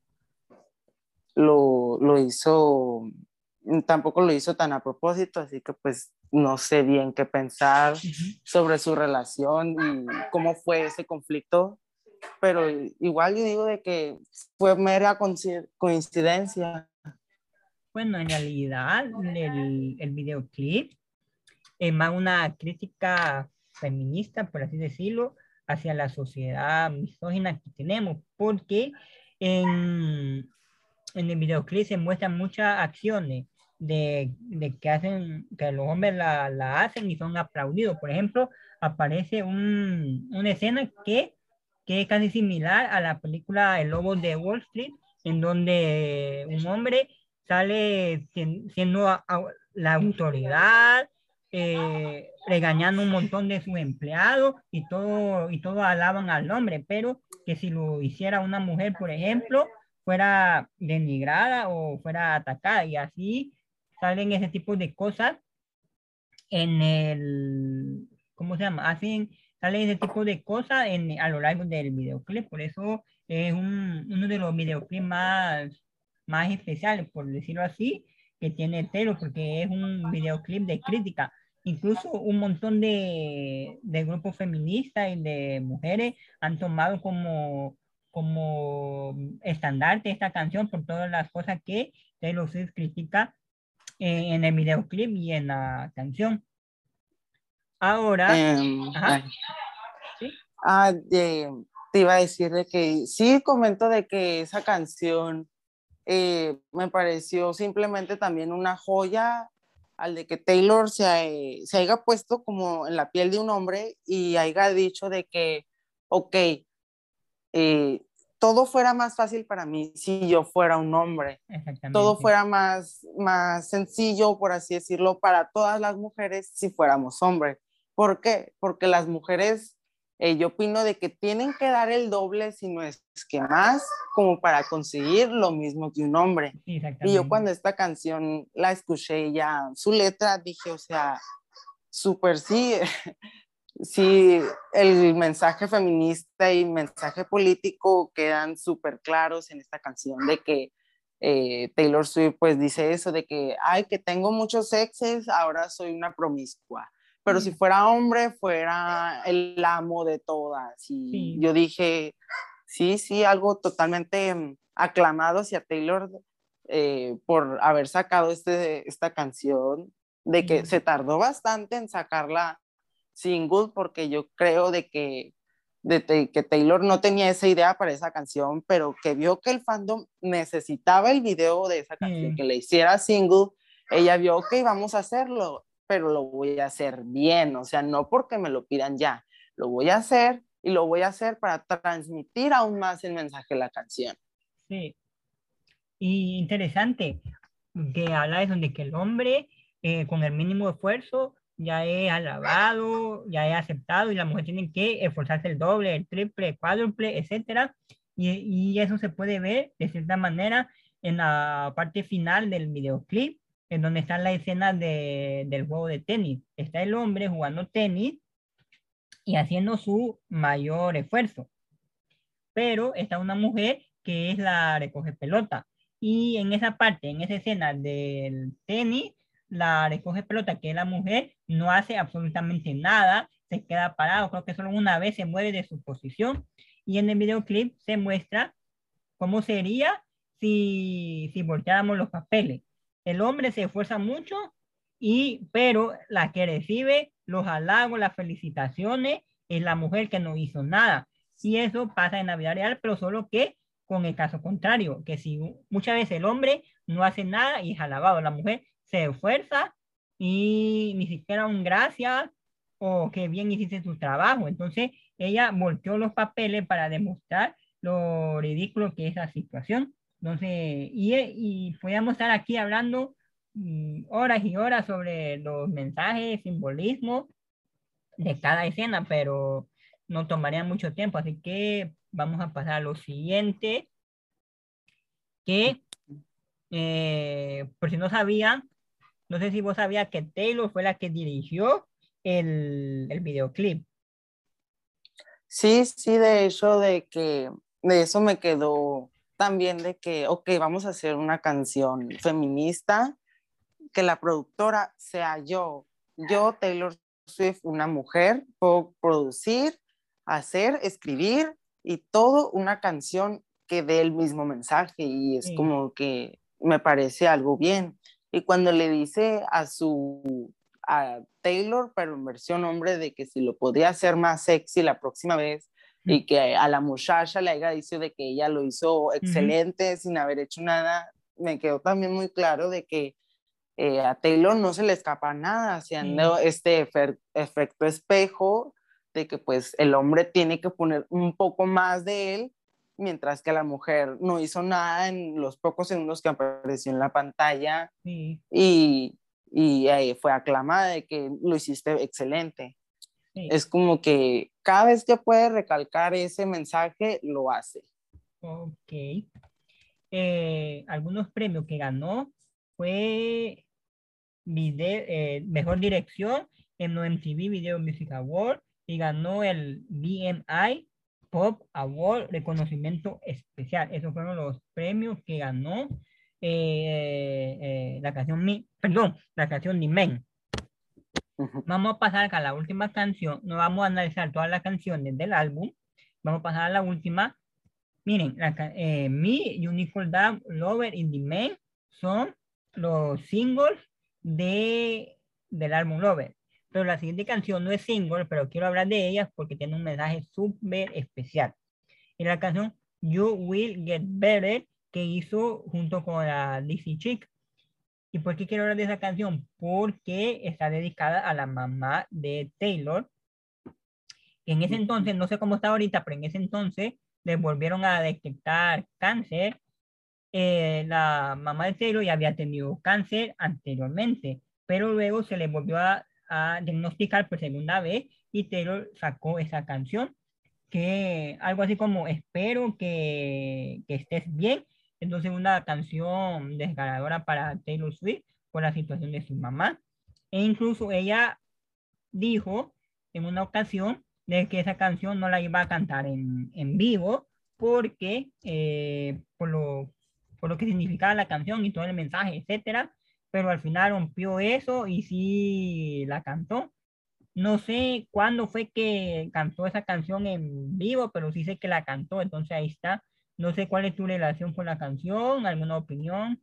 lo hizo, tampoco lo hizo tan a propósito, así que pues no sé bien qué pensar Ujú. sobre su relación y cómo fue ese conflicto, pero igual yo digo de que fue mera coincidencia. Bueno, en realidad el videoclip es más una crítica feminista, por así decirlo, hacia la sociedad misógina que tenemos, porque en, en el videoclip se muestran muchas acciones de que hacen, que los hombres la hacen y son aplaudidos. Por ejemplo, aparece una escena que es casi similar a la película El Lobo de Wall Street, en donde un hombre sale siendo la autoridad, regañando un montón de sus empleados y todo alaban al hombre, pero que si lo hiciera una mujer, por ejemplo, fuera denigrada o fuera atacada y así salen ese tipo de cosas en ¿cómo se llama? Hacen, sale ese tipo de cosas a lo largo del videoclip, por eso es uno de los videoclips más especiales, por decirlo así, que tiene Telo, porque es un videoclip de crítica. Incluso un montón de grupos feministas y de mujeres han tomado como estandarte esta canción por todas las cosas que Taylor Swift critica en el videoclip y en la canción. Ahora, Ay, ajá, sí, ah, te iba a decir de que sí comento de que esa canción me pareció simplemente también una joya al de que Taylor se haya puesto como en la piel de un hombre y haya dicho de que, ok, eh, todo fuera más fácil para mí si yo fuera un hombre, todo exactamente. fuera más sencillo, por así decirlo, para todas las mujeres si fuéramos hombres. ¿Por qué? Porque las mujeres, yo opino de que tienen que dar el doble, si no es que más, como para conseguir lo mismo que un hombre. Sí, Y yo exactamente. cuando esta canción la escuché ya, su letra, dije, o sea, súper sí, sí, el mensaje feminista y mensaje político quedan súper claros en esta canción de que Taylor Swift pues dice eso de que, ay, que tengo muchos exes, ahora soy una promiscua. pero si fuera hombre, fuera el amo de todas. Y sí, yo dije, sí, sí, algo totalmente aclamado hacia Taylor por haber sacado esta canción, de que sí, se tardó bastante en sacarla single, porque yo creo que Taylor no tenía esa idea para esa canción, pero que vio que el fandom necesitaba el video de esa canción, sí, que le hiciera single, ella vio, ok, vamos a hacerlo, pero lo voy a hacer bien, o sea, no porque me lo pidan ya, lo voy a hacer y lo voy a hacer para transmitir aún más el mensaje de la canción. sí. Y interesante que habla de eso, de que el hombre con el mínimo esfuerzo ya es alabado, ya es aceptado y la mujer tiene que esforzarse el doble, el triple, el cuádruple, etcétera. Y eso se puede ver de cierta manera en la parte final del videoclip, en donde está la escena del juego de tenis. Está el hombre jugando tenis y haciendo su mayor esfuerzo, pero está una mujer que es la recoge pelota. Y en esa parte, en esa escena del tenis, la recoge pelota, que es la mujer, no hace absolutamente nada, se queda parado, creo que solo una vez se mueve de su posición. Y en el videoclip se muestra cómo sería si volteáramos los papeles. El hombre se esfuerza mucho, pero la que recibe los halagos, las felicitaciones, es la mujer que no hizo nada. Y eso pasa en la vida real, pero solo que con el caso contrario, que si muchas veces el hombre no hace nada y es alabado, la mujer se esfuerza y ni siquiera un gracias o que bien hiciste tu trabajo. Entonces ella volteó los papeles para demostrar lo ridículo que es la situación. Entonces, y podríamos estar aquí hablando horas y horas sobre los mensajes, simbolismo de cada escena, pero no tomaría mucho tiempo, así que vamos a pasar a lo siguiente, que por si no sabían, no sé si vos sabías que Taylor fue la que dirigió el videoclip. Sí, sí, de hecho, de eso me quedó también de que, ok, vamos a hacer una canción feminista, que la productora sea yo, Taylor Swift, una mujer, puedo producir, hacer, escribir y todo una canción que dé el mismo mensaje y es Sí, como que me parece algo bien. Y cuando le dice a Taylor, pero en versión hombre, de que si lo podía hacer más sexy la próxima vez y que a la muchacha le haya dicho de que ella lo hizo ujú, excelente sin haber hecho nada, me quedó también muy claro de que a Taylor no se le escapa nada, sí, haciendo este efecto espejo de que pues el hombre tiene que poner un poco más de él, mientras que la mujer no hizo nada en los pocos segundos que apareció en la pantalla sí, y, fue aclamada de que lo hiciste excelente. sí. Es como que cada vez que puede recalcar ese mensaje, lo hace. Ok. Algunos premios que ganó fue mejor dirección en los MTV Video Music Award y ganó el BMI Pop Award reconocimiento especial. Esos fueron los premios que ganó la canción perdón, la canción Ni Men. Vamos a pasar a la última canción. No vamos a analizar todas las canciones del álbum. Vamos a pasar a la última. Miren, Me, Unicorn Dam, Lover in the Main son los singles del álbum Lover. Pero la siguiente canción no es single, pero quiero hablar de ellas porque tiene un mensaje súper especial. En la canción You Will Get Better, que hizo junto con la Dixie Chick. ¿Y por qué quiero hablar de esa canción? Porque está dedicada a la mamá de Taylor. En ese entonces, no sé cómo está ahorita, pero en ese entonces le volvieron a detectar cáncer. La mamá de Taylor ya había tenido cáncer anteriormente, pero luego se le volvió a diagnosticar por segunda vez y Taylor sacó esa canción que algo así como espero que estés bien. Entonces una canción desgarradora para Taylor Swift por la situación de su mamá. E incluso ella dijo en una ocasión de que esa canción no la iba a cantar en vivo porque por lo que significaba la canción y todo el mensaje, etcétera, pero al final rompió eso y sí la cantó. No sé cuándo fue que cantó esa canción en vivo, pero sí sé que la cantó, entonces ahí está. No sé cuál es tu relación con la canción, alguna opinión.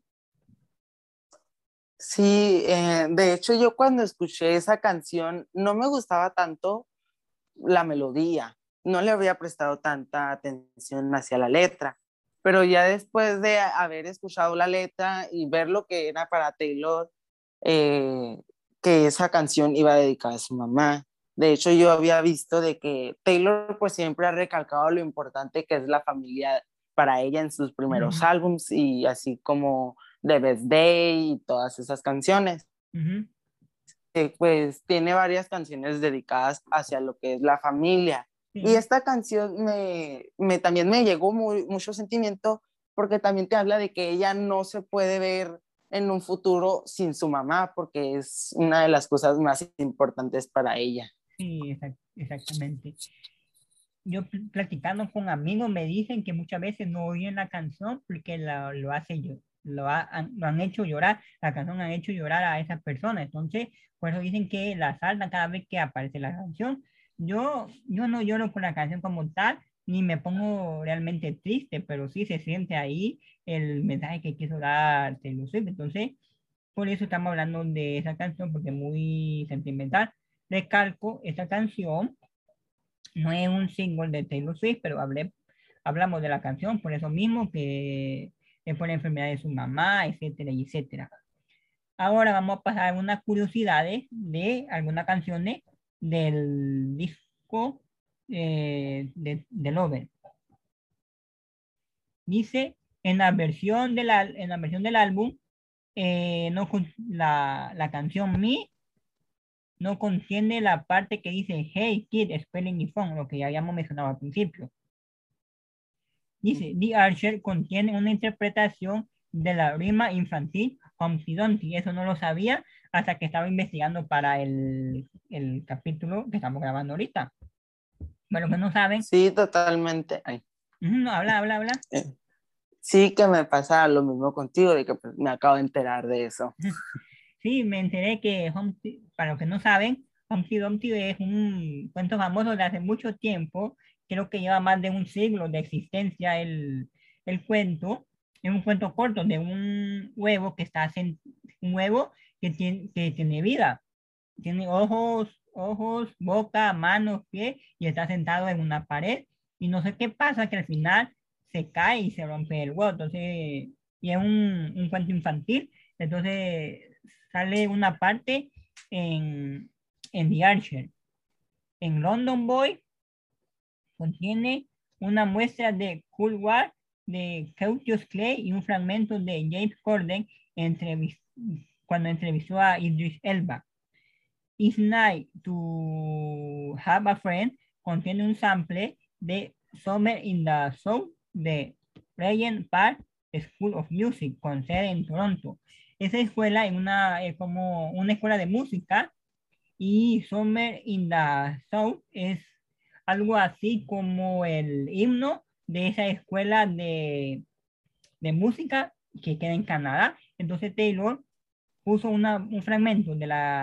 Sí, de hecho yo cuando escuché esa canción no me gustaba tanto la melodía, no le había prestado tanta atención hacia la letra, pero ya después de haber escuchado la letra y ver lo que era para Taylor, eh, que esa canción iba dedicada a su mamá. De hecho, yo había visto de que Taylor pues siempre ha recalcado lo importante que es la familia para ella en sus primeros Ujú, álbums y así como The Best Day y todas esas canciones. ujú, Pues tiene varias canciones dedicadas hacia lo que es la familia. Y sí, esta canción también me llegó mucho sentimiento porque también te habla de que ella no se puede ver en un futuro sin su mamá porque es una de las cosas más importantes para ella. sí, exactamente. Yo platicando con amigos me dicen que muchas veces no oyen la canción porque lo hace yo, lo han hecho llorar, la canción han hecho llorar a esas personas, entonces por eso dicen que la saltan cada vez que aparece la canción. Yo no lloro con la canción como tal, ni me pongo realmente triste, pero sí se siente ahí el mensaje que quiso dar Taylor Swift, entonces por eso estamos hablando de esa canción porque es muy sentimental. Recalco, esta canción no es un single de Taylor Swift, pero hablamos de la canción por eso mismo, que es por la enfermedad de su mamá, etcétera, y etcétera. Ahora vamos a pasar a algunas curiosidades de algunas canciones del disco de Lover. Dice, en la versión del álbum, no, la canción Me no contiene la parte que dice Hey Kid, Spelling y Phone, lo que ya habíamos mencionado al principio. Dice, The Archer contiene una interpretación de la rima infantil Humpty Dumpty. Eso no lo sabía hasta que estaba investigando para el capítulo que estamos grabando ahorita. Bueno, que no saben, Sí, totalmente. Ay, no, habla. eh, sí que me pasa lo mismo contigo, de que pues, me acabo de enterar de eso. Sí, me enteré que para los que no saben, Humpty Dumpty es un cuento famoso de hace mucho tiempo. Creo que lleva más de un siglo de existencia el cuento. Es un cuento corto de un huevo un huevo que tiene vida. Tiene ojos, boca, manos, pies y está sentado en una pared. Y no sé qué pasa, que al final se cae y se rompe el huevo. Entonces, y es un cuento infantil. Entonces, sale una parte en, en The Archer. En London Boy contiene una muestra de Cool War de Cautious Clay y un fragmento de James Corden cuando entrevistó a Idris Elba. It's Nice to Have a Friend contiene un sample de Summer in the South de Regent Park School of Music con sede en Toronto. Esa escuela es como una escuela de música y Summer in the South es algo así como el himno de esa escuela de música que queda en Canadá. Entonces Taylor puso un fragmento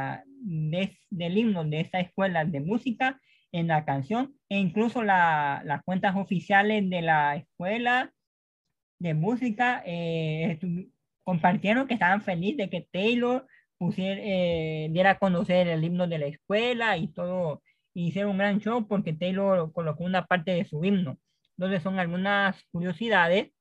del himno de esta escuela de música en la canción e incluso las cuentas oficiales de la escuela de música compartieron que estaban felices de que Taylor diera a conocer el himno de la escuela y todo, y hicieron un gran show porque Taylor colocó una parte de su himno. Entonces son algunas curiosidades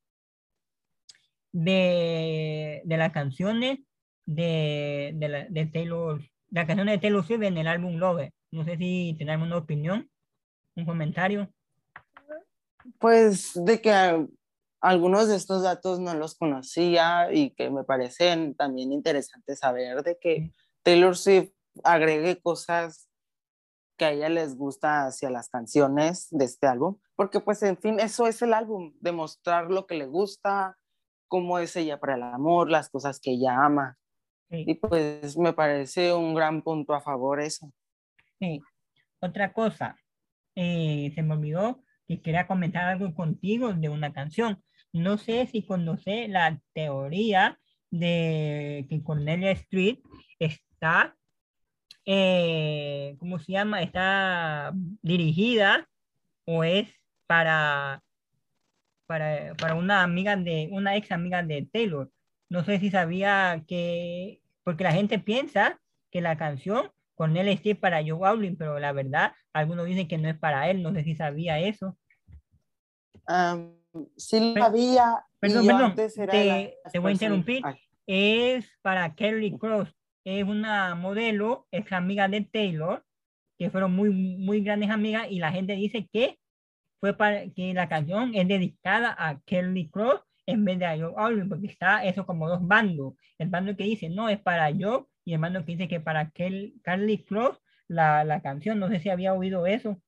de las canciones de Taylor, de las canciones de Taylor Swift en el álbum Lover. No sé si tenemos una opinión, un comentario. Pues de que algunos de estos datos no los conocía y que me parecen también interesantes saber de que Sí, Taylor Swift agregue cosas que a ella les gusta hacia las canciones de este álbum, porque pues en fin, eso es el álbum, demostrar lo que le gusta, cómo es ella para el amor, las cosas que ella ama. sí, Y pues me parece un gran punto a favor eso. sí. Otra cosa, se me olvidó que quería comentar algo contigo de una canción. No sé si conoce la teoría de que Cornelia Street está ¿cómo se llama? Está dirigida o es para, para una ex amiga de Taylor. No sé si sabía que, porque la gente piensa que la canción con él es para Joe Alwyn, pero la verdad, algunos dicen que no es para él, no sé si sabía eso. Am, sí la Pe- había y Perdón, yo perdón, antes era de las te voy a personas. interrumpir. Ay, Es para Kelly Cross. Es una modelo, es amiga de Taylor, que fueron muy grandes amigas y la gente dice que fue para que la canción es dedicada a Kelly Cross en vez de a Joe Alwyn, porque está eso como dos bandos. El bando que dice no es para Joe y el bando que dice que para Kelly Cross la canción. No sé si había oído eso.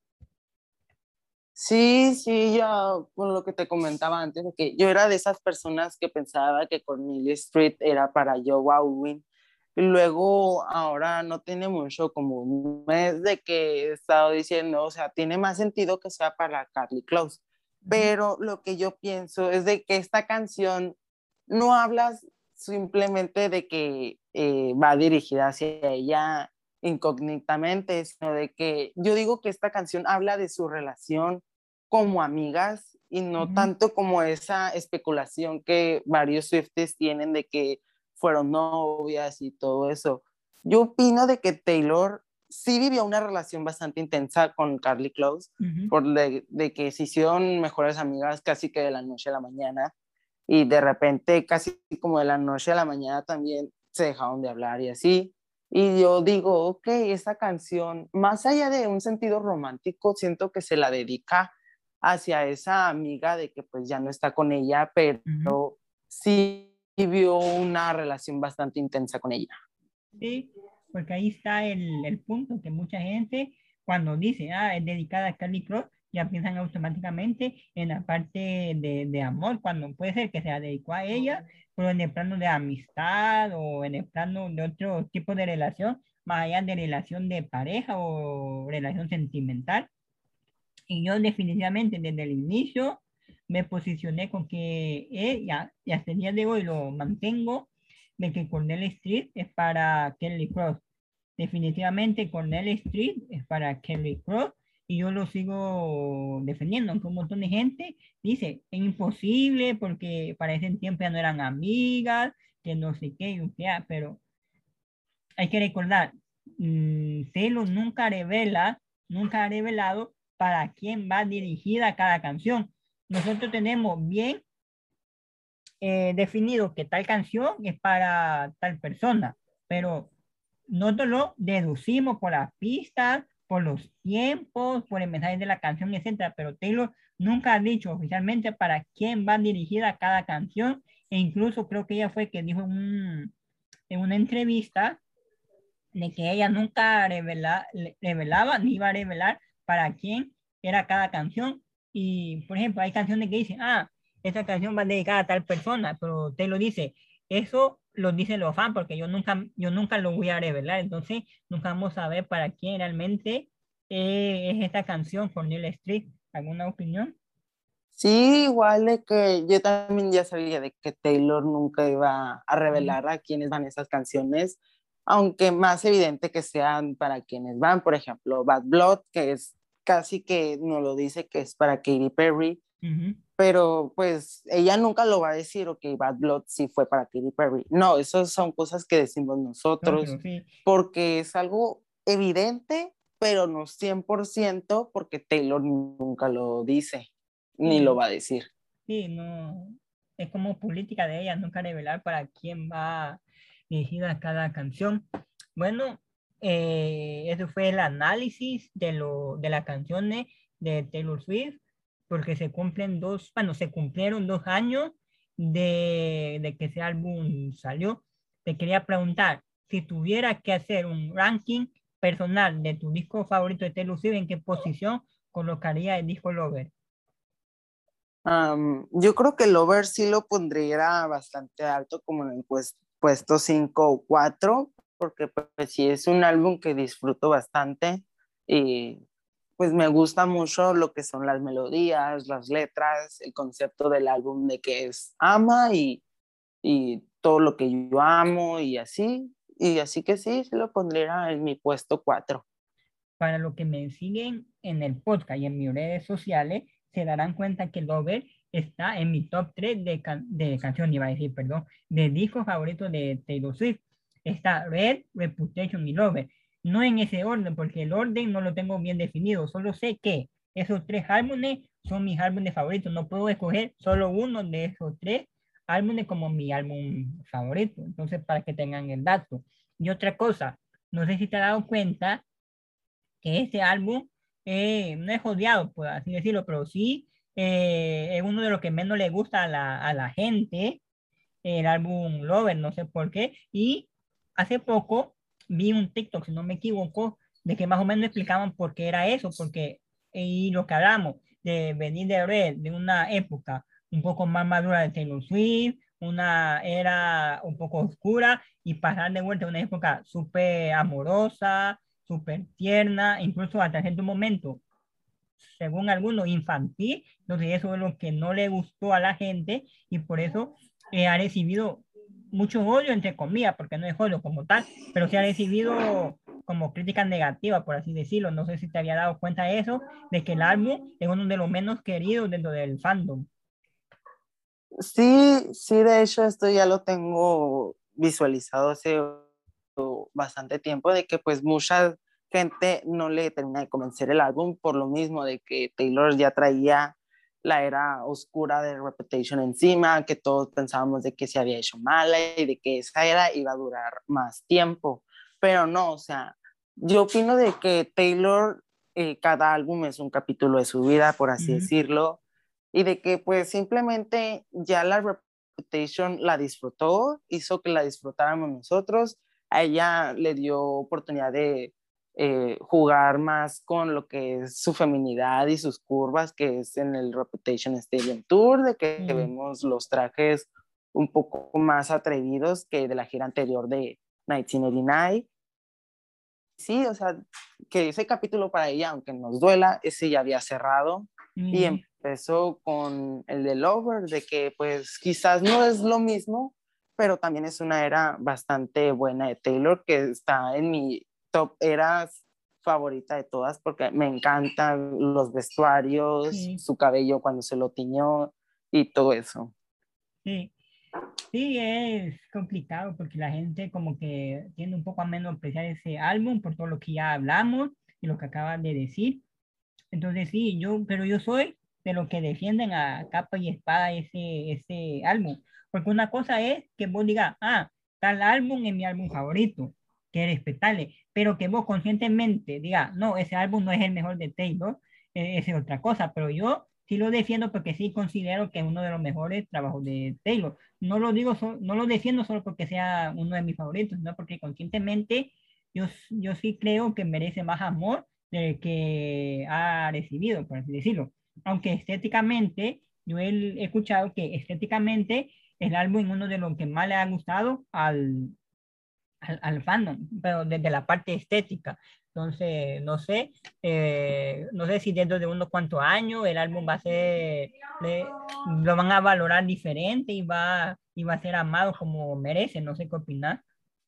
sí, sí, yo, por lo que te comentaba antes, de que yo era de esas personas que pensaba que Cornelia Street era para Joe Alwyn. Y luego, ahora no tiene mucho, como un mes de que he estado diciendo, o sea, tiene más sentido que sea para Carly Close. Ujú, Pero lo que yo pienso es de que esta canción no habla simplemente de que va dirigida hacia ella incógnitamente, sino de que yo digo que esta canción habla de su relación como amigas y no ujú, tanto como esa especulación que varios Swifties tienen de que fueron novias y todo eso. Yo opino de que Taylor sí vivió una relación bastante intensa con Carly Close, ujú. de que se hicieron mejores amigas casi que de la noche a la mañana y de repente casi como de la noche a la mañana también se dejaron de hablar y así. Y yo digo, ok, esta canción, más allá de un sentido romántico, siento que se la dedica hacia esa amiga de que pues ya no está con ella, Ujú. pero sí vivió una relación bastante intensa con ella. Sí, porque ahí está el punto, que mucha gente cuando dice, ah, es dedicada a Carly Cross, ya piensan automáticamente en la parte de amor, cuando puede ser que sea dedicó a ella, pero en el plano de amistad o en el plano de otro tipo de relación, más allá de relación de pareja o relación sentimental. Y yo definitivamente desde el inicio me posicioné con que ella, y hasta el día de hoy lo mantengo, de que Cornell Street es para Kelly Cross. Definitivamente Cornell Street es para Kelly Cross y yo lo sigo defendiendo, aunque un montón de gente dice, es imposible porque para ese tiempo ya no eran amigas, que no sé qué, y qué, pero hay que recordar, Celo nunca ha revelado para quién va dirigida cada canción. Nosotros tenemos bien definido que tal canción es para tal persona, pero nosotros lo deducimos por las pistas, por los tiempos, por el mensaje de la canción, etcétera, pero Taylor nunca ha dicho oficialmente para quién va dirigida cada canción, e incluso creo que ella fue que dijo en una entrevista de que ella nunca revelaba ni iba a revelar para quién era cada canción. Y, por ejemplo, hay canciones que dicen, ah, esta canción va dedicada a tal persona, pero usted lo dice, eso lo dicen los fans, porque yo nunca lo voy a revelar, entonces nunca vamos a ver para quién realmente es esta canción, Cornelia Street. ¿Alguna opinión? Sí, igual de que yo también ya sabía de que Taylor nunca iba a Ujú, revelar a quiénes van esas canciones, aunque más evidente que sean para quienes van, por ejemplo, Bad Blood, que es casi que no lo dice que es para Katy Perry, ujú. pero pues ella nunca lo va a decir, ok, Bad Blood sí fue para Katy Perry. No, esas son cosas que decimos nosotros, Otro, sí. porque es algo evidente, pero no 100% porque Taylor nunca lo dice, ni lo Sí, va a decir. sí, no, es como política de ella, nunca revelar para quién va dirigida cada canción. Bueno, eso fue el análisis de las canciones de Taylor Swift, porque se cumplieron 2 años de que ese álbum salió. Te quería preguntar, si tuviera que hacer un ranking personal de tu disco favorito de Taylor Swift, ¿en qué posición colocaría el disco Lover? Yo creo que Lover sí lo pondría bastante alto, como en el puesto 5 o 4, porque pues sí es un álbum que disfruto bastante y pues me gusta mucho lo que son las melodías, las letras, el concepto del álbum de que es ama y todo lo que yo amo y así. y así que sí, se lo pondría en mi puesto 4. Para los que me siguen en el podcast y en mis redes sociales, se darán cuenta que Lover está en mi top 3 de canciones, iba a decir, perdón, de discos favoritos de Taylor Swift. Está Red, Reputation y Lover. No en ese orden, porque el orden no lo tengo bien definido. Solo sé que esos tres álbumes son mis álbumes favoritos. No puedo escoger solo uno de esos tres álbumes como mi álbum favorito. Entonces, para que tengan el dato. Y otra cosa, no sé si te has dado cuenta que este álbum no es odiado, por así decirlo, pero sí es uno de los que menos le gusta a la gente, el álbum Lover, no sé por qué. Y hace poco vi un TikTok, si no me equivoco, de que más o menos explicaban por qué era eso, porque y lo que hablamos de venir de Red, de una época un poco más madura de Taylor Swift, una era un poco oscura y pasar de vuelta a una época súper amorosa, súper tierna, incluso hasta cierto momento, según algunos, infantil. Entonces eso es lo que no le gustó a la gente y por eso ha recibido mucho odio, entre comillas, porque no es odio como tal, pero sí ha recibido como críticas negativas, por así decirlo. No sé si te había dado cuenta de eso, de que el álbum es uno de los menos queridos dentro del fandom. Sí, sí, de hecho esto ya lo tengo visualizado hace bastante tiempo, de que pues mucha gente no le termina de convencer el álbum por lo mismo de que Taylor ya traía la era oscura de Reputation encima, que todos pensábamos de que se había hecho mala y de que esa era iba a durar más tiempo, pero no, o sea, yo opino de que Taylor, cada álbum es un capítulo de su vida, por así Ujú. decirlo, y de que pues simplemente ya la Reputation la disfrutó, hizo que la disfrutáramos nosotros, a ella le dio oportunidad de jugar más con lo que es su feminidad y sus curvas, que es en el Reputation Stadium Tour, de que Sí, vemos los trajes un poco más atrevidos que de la gira anterior de 1989. Sí, o sea, que ese capítulo para ella, aunque nos duela, ese ya había cerrado y sí, empezó con el de Lover, de que pues quizás no es lo mismo, pero también es una era bastante buena de Taylor, que está en mi top eras favorita de todas, porque me encantan los vestuarios, sí, su cabello cuando se lo tiñó y todo eso. sí. Sí, es complicado porque la gente como que tiende un poco a menospreciar ese álbum por todo lo que ya hablamos y lo que acaban de decir. Entonces sí, pero yo soy de los que defienden a capa y espada ese álbum. Porque una cosa es que vos digas, ah, tal álbum es mi álbum favorito, que es respetable, pero que vos conscientemente digas, no, ese álbum no es el mejor de Taylor, esa es otra cosa, pero yo sí lo defiendo porque sí considero que es uno de los mejores trabajos de Taylor. No lo digo, no lo defiendo solo porque sea uno de mis favoritos, sino porque conscientemente yo sí creo que merece más amor del que ha recibido, por así decirlo. Aunque estéticamente, yo he escuchado que estéticamente el álbum es uno de los que más le ha gustado al fandom, pero desde la parte estética. Entonces, no sé si dentro de unos cuantos años el álbum va a ser, lo van a valorar diferente y va a ser amado como merece, no sé qué opinar.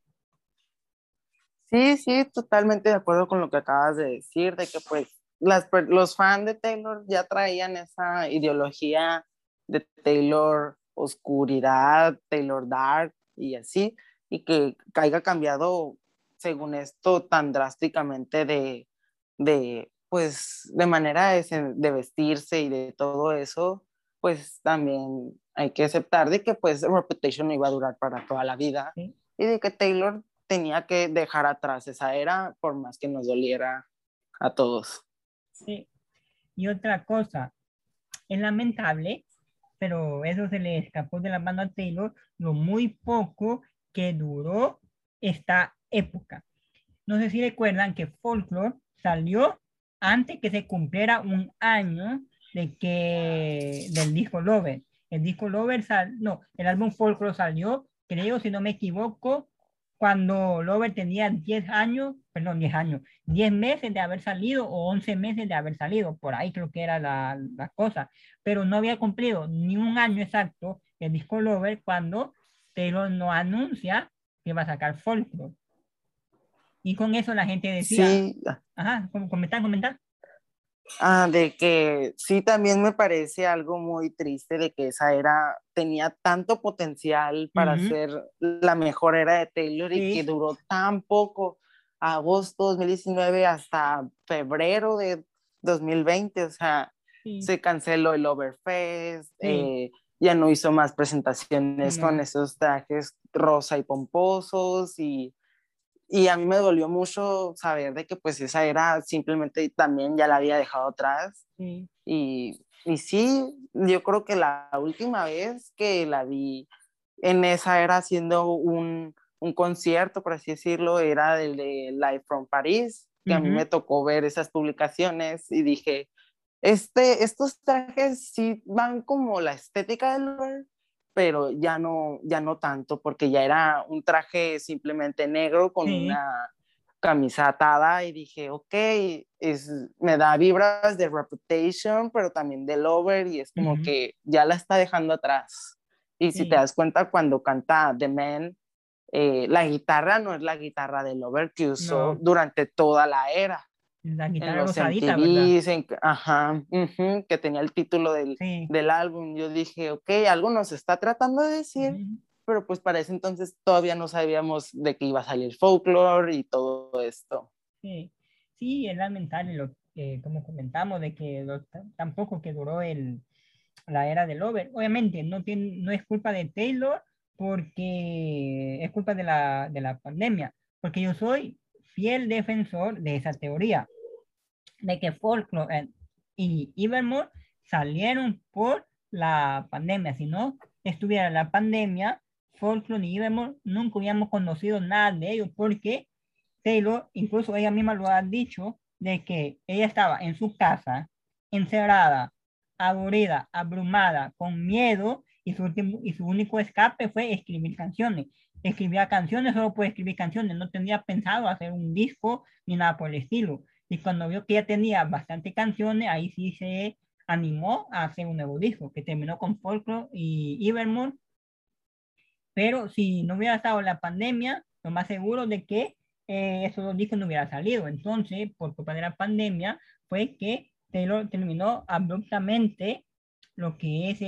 Sí, sí, totalmente de acuerdo con lo que acabas de decir, de que pues los fans de Taylor ya traían esa ideología de Taylor oscuridad, Taylor dark y así, y que haya cambiado según esto tan drásticamente pues, de manera de vestirse y de todo eso, pues también hay que aceptar de que pues Reputation no iba a durar para toda la vida ¿Sí? y de que Taylor tenía que dejar atrás esa era por más que nos doliera a todos. Sí. Y otra cosa, es lamentable, pero eso se le escapó de la mano a Taylor, lo muy poco que duró esta época. No sé si recuerdan que Folklore salió antes que se cumpliera un año del disco Lover. El disco Lover no, el álbum Folklore salió, creo, si no me equivoco, cuando Lover tenía 10 años, perdón, 10 años, 10 meses de haber salido o 11 meses de haber salido, por ahí creo que era la cosa, pero no había cumplido ni un año exacto el disco Lover cuando Taylor no anuncia que va a sacar Folklore. Y con eso la gente decía, Sí, ajá, comentar, comentar. de que sí, también me parece algo muy triste de que esa era tenía tanto potencial para Ujú, ser la mejor era de Taylor y que sí, duró tan poco, agosto 2019 hasta febrero de 2020, o sea, sí, se canceló el Overfest, sí, ya no hizo más presentaciones con no, esos trajes rosa y pomposos y a mí me dolió mucho saber de que pues esa era simplemente también ya la había dejado atrás. sí, Y sí, yo creo que la última vez que la vi en esa era haciendo un concierto, por así decirlo, era el de Live from Paris, que a mí ujú, me tocó ver esas publicaciones y dije, estos trajes sí van como la estética del lugar, pero ya no tanto, porque ya era un traje simplemente negro con sí, una camisa atada y dije, ok, me da vibras de Reputation, pero también de Lover y es como ujú, que ya la está dejando atrás. Y si te sí, das cuenta, cuando canta The Man, la guitarra no es la guitarra de Lover que usó no, durante toda la era la en guitarra los rosadita, ¿verdad? MTVs, ajá, que tenía el título Sí, del álbum. Yo dije, ok, algo nos está tratando de decir, ujú, pero pues para ese entonces todavía no sabíamos de que iba a salir Folklore y todo esto. sí, sí, es lamentable lo como comentamos, de que tampoco que duró la era del over. Obviamente, no es culpa de Taylor porque es culpa de la pandemia, porque yo soy fiel defensor de esa teoría, de que Folklore y Evermore salieron por la pandemia. Si no estuviera la pandemia, Folklore y Evermore nunca hubiéramos conocido nada de ellos, porque Taylor, incluso ella misma lo ha dicho, de que ella estaba en su casa, encerrada, aburrida, abrumada, con miedo, y su único escape fue escribir canciones. Escribía canciones solo por escribir canciones, no tenía pensado hacer un disco ni nada por el estilo. Y cuando vio que ya tenía bastante canciones, ahí sí se animó a hacer un nuevo disco, que terminó con Folklore y Evermore. Pero si no hubiera estado la pandemia, lo más seguro de que esos dos discos no hubieran salido. Entonces, por culpa de la pandemia, fue que Taylor terminó abruptamente lo que es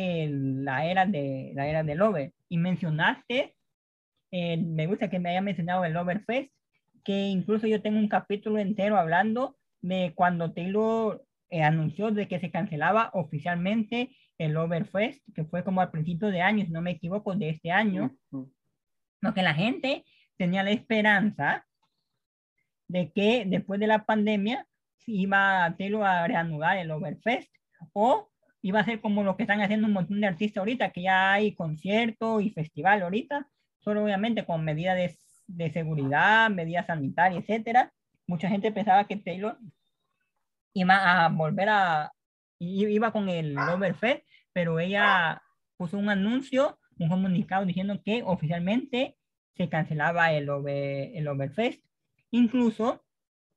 la era del Over. Y mencionaste, me gusta que me haya mencionado el Overfest, que incluso yo tengo un capítulo entero hablando de cuando Taylor anunció de que se cancelaba oficialmente el Overfest, que fue como al principio de año, si no me equivoco, de este año, Ujú. lo que la gente tenía la esperanza de que después de la pandemia iba Taylor a reanudar el Overfest o iba a ser como lo que están haciendo un montón de artistas ahorita, que ya hay concierto y festival ahorita, solo obviamente con medidas de seguridad, medidas sanitarias, etcétera. Mucha gente pensaba que Taylor iba a volver iba con el Overfest, pero ella puso un anuncio, un comunicado diciendo que oficialmente se cancelaba el Overfest. Incluso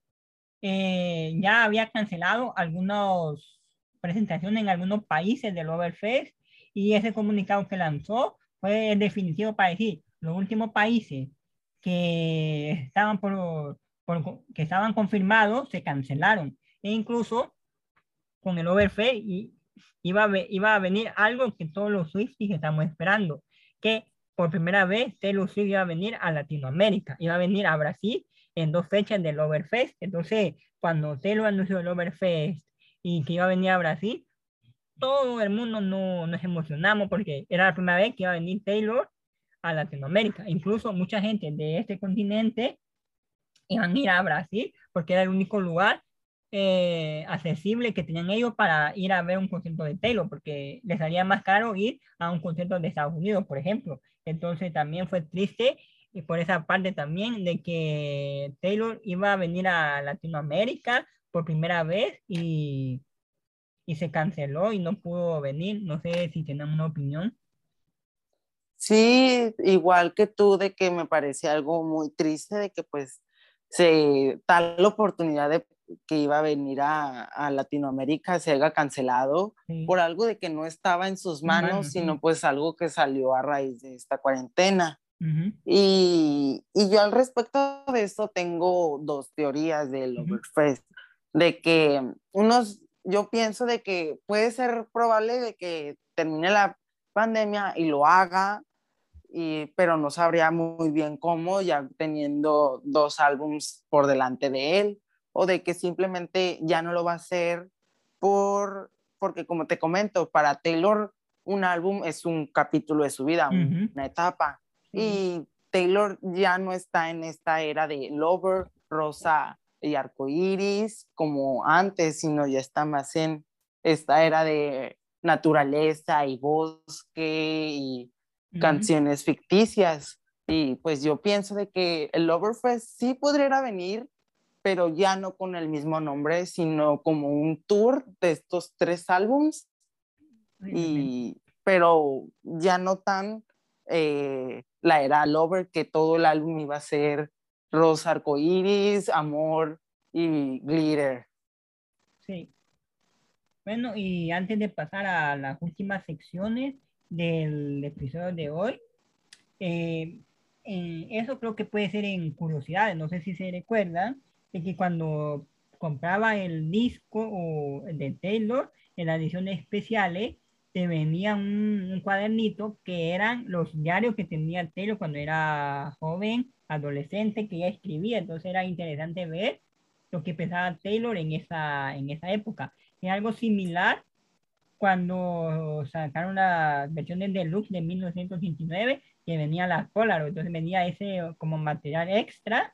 ya había cancelado algunas presentaciones en algunos países del Overfest y ese comunicado que lanzó fue definitivo para decir los últimos países que estaban que estaban confirmados se cancelaron. E incluso con el Overfest y iba a venir algo que todos los Swifties estamos esperando, que por primera vez Taylor Swift iba a venir a Latinoamérica, iba a venir a Brasil en dos fechas del Overfest. Entonces, cuando Taylor anunció el Overfest y que iba a venir a Brasil, todo el mundo nos emocionamos porque era la primera vez que iba a venir Taylor a Latinoamérica. Incluso mucha gente de este continente iban a ir a Brasil porque era el único lugar accesible que tenían ellos para ir a ver un concierto de Taylor, porque les salía más caro ir a un concierto de Estados Unidos, por ejemplo. Entonces también fue triste y por esa parte también de que Taylor iba a venir a Latinoamérica por primera vez y se canceló y no pudo venir. No sé si tenemos una opinión. Sí, igual que tú, de que me parece algo muy triste de que pues tal oportunidad de que iba a venir a Latinoamérica se haya cancelado Sí, por algo de que no estaba en sus manos, humano, sino sí. pues algo que salió a raíz de esta cuarentena. Ujú, Y yo al respecto de eso tengo dos teorías del Ujú, Overfest, de que yo pienso de que puede ser probable de que termine la pandemia y lo haga, pero no sabría muy bien cómo, ya teniendo dos álbums por delante de él, o de que simplemente ya no lo va a hacer porque como te comento, para Taylor un álbum es un capítulo de su vida, ujú, una etapa, sí, y Taylor ya no está en esta era de Lover, Rosa y Arcoiris como antes, sino ya está más en esta era de naturaleza y bosque y ujú, canciones ficticias. Y pues yo pienso de que el Loverfest sí podría venir, pero ya no con el mismo nombre, sino como un tour de estos tres álbums, posiblemente. pero ya no tan la era Lover, que todo el álbum iba a ser rosa, arcoíris, amor y glitter. Sí. Bueno, y antes de pasar a las últimas secciones del episodio de hoy, eh, eso creo que puede ser en curiosidades. No sé si se recuerdan de que cuando compraba el disco o de Taylor en las ediciones especiales, te venía un cuadernito que eran los diarios que tenía Taylor cuando era joven, adolescente, que ya escribía. Entonces era interesante ver lo que pensaba Taylor en esa época. Es algo similar cuando sacaron las versiones deluxe de 1989, que venía la Polaroid, entonces venía ese como material extra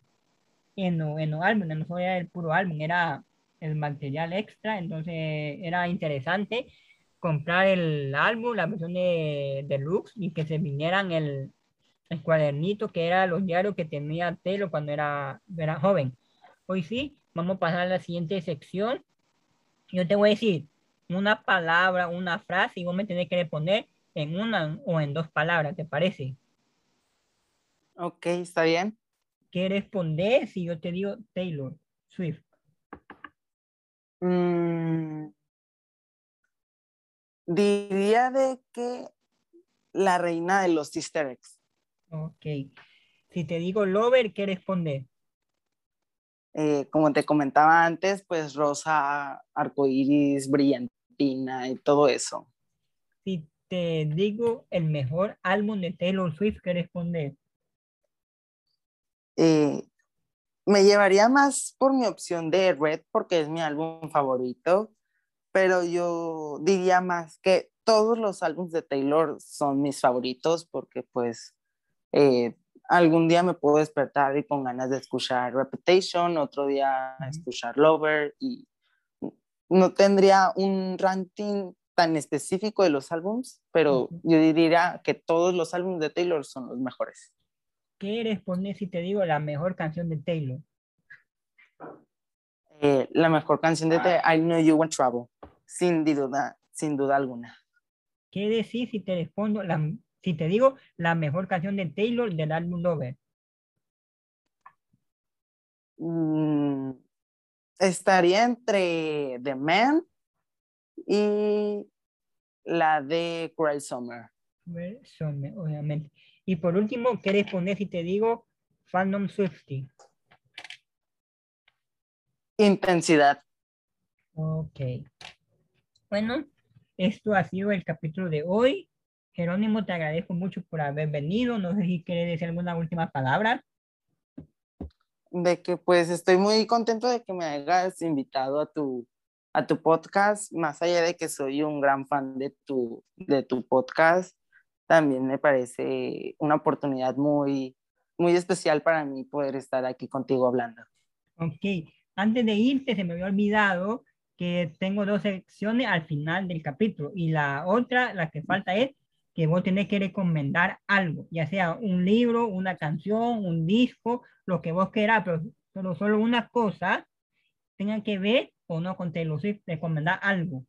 en los álbumes, no solo era el puro álbum, era el material extra, entonces era interesante comprar el álbum, la versión de deluxe y que se vinieran el cuadernito que era los diarios que tenía Telo cuando era joven. Hoy sí, vamos a pasar a la siguiente sección. Yo te voy a decir una palabra, una frase y vos me tenés que responder en una o en dos palabras, ¿te parece? Ok, está bien. ¿Qué responder si yo te digo Taylor Swift? Mm, diría de que la reina de los easter eggs. Ok. Si te digo Lover, ¿qué responder? Como te comentaba antes, pues rosa, arcoíris, brillantina y todo eso. Si te digo el mejor álbum de Taylor Swift, ¿qué responder? Eh, Me llevaría más por mi opción de Red porque es mi álbum favorito, pero yo diría más que todos los álbumes de Taylor son mis favoritos porque pues eh, algún día me puedo despertar y con ganas de escuchar Reputation, otro día Ujú, escuchar Lover y no tendría un ranking tan específico de los álbums, pero ujú. yo diría que todos los álbumes de Taylor son los mejores. ¿Qué responder si te digo la mejor canción de Taylor? La mejor canción de I Know You Want Trouble, sin duda alguna. ¿Qué decir si te respondo si te digo la mejor canción de Taylor del álbum Lover? Mm, estaría entre The Man y la de Cruel Summer. Obviamente. Y por último, ¿qué responder si te digo Fandom Swiftie? Intensidad. Ok. Bueno, esto ha sido el capítulo de hoy. Jerónimo, te agradezco mucho por haber venido. No sé si quieres decir alguna última palabra. De que pues estoy muy contento de que me hayas invitado a tu podcast, más allá de que soy un gran fan de tu podcast, también me parece una oportunidad muy especial para mí poder estar aquí contigo hablando. Ok. Antes de irte, se me había olvidado que tengo dos secciones al final del capítulo. Y la otra, la que falta es que vos tenés que recomendar algo, ya sea un libro, una canción, un disco, lo que vos quieras, pero solo una cosa tenga que ver o no con Taylor Swift, recomendar algo.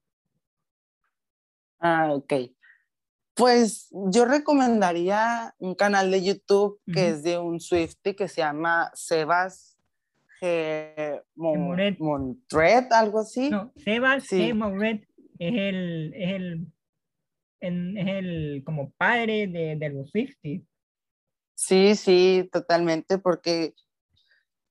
Ah, ok. Pues yo recomendaría un canal de YouTube que Ujú. es de un Swiftie que se llama Sebas G. Moret, Montret, algo así. no, Sebas G. Sí, Moret es el como padre de los 50. sí, sí, totalmente, porque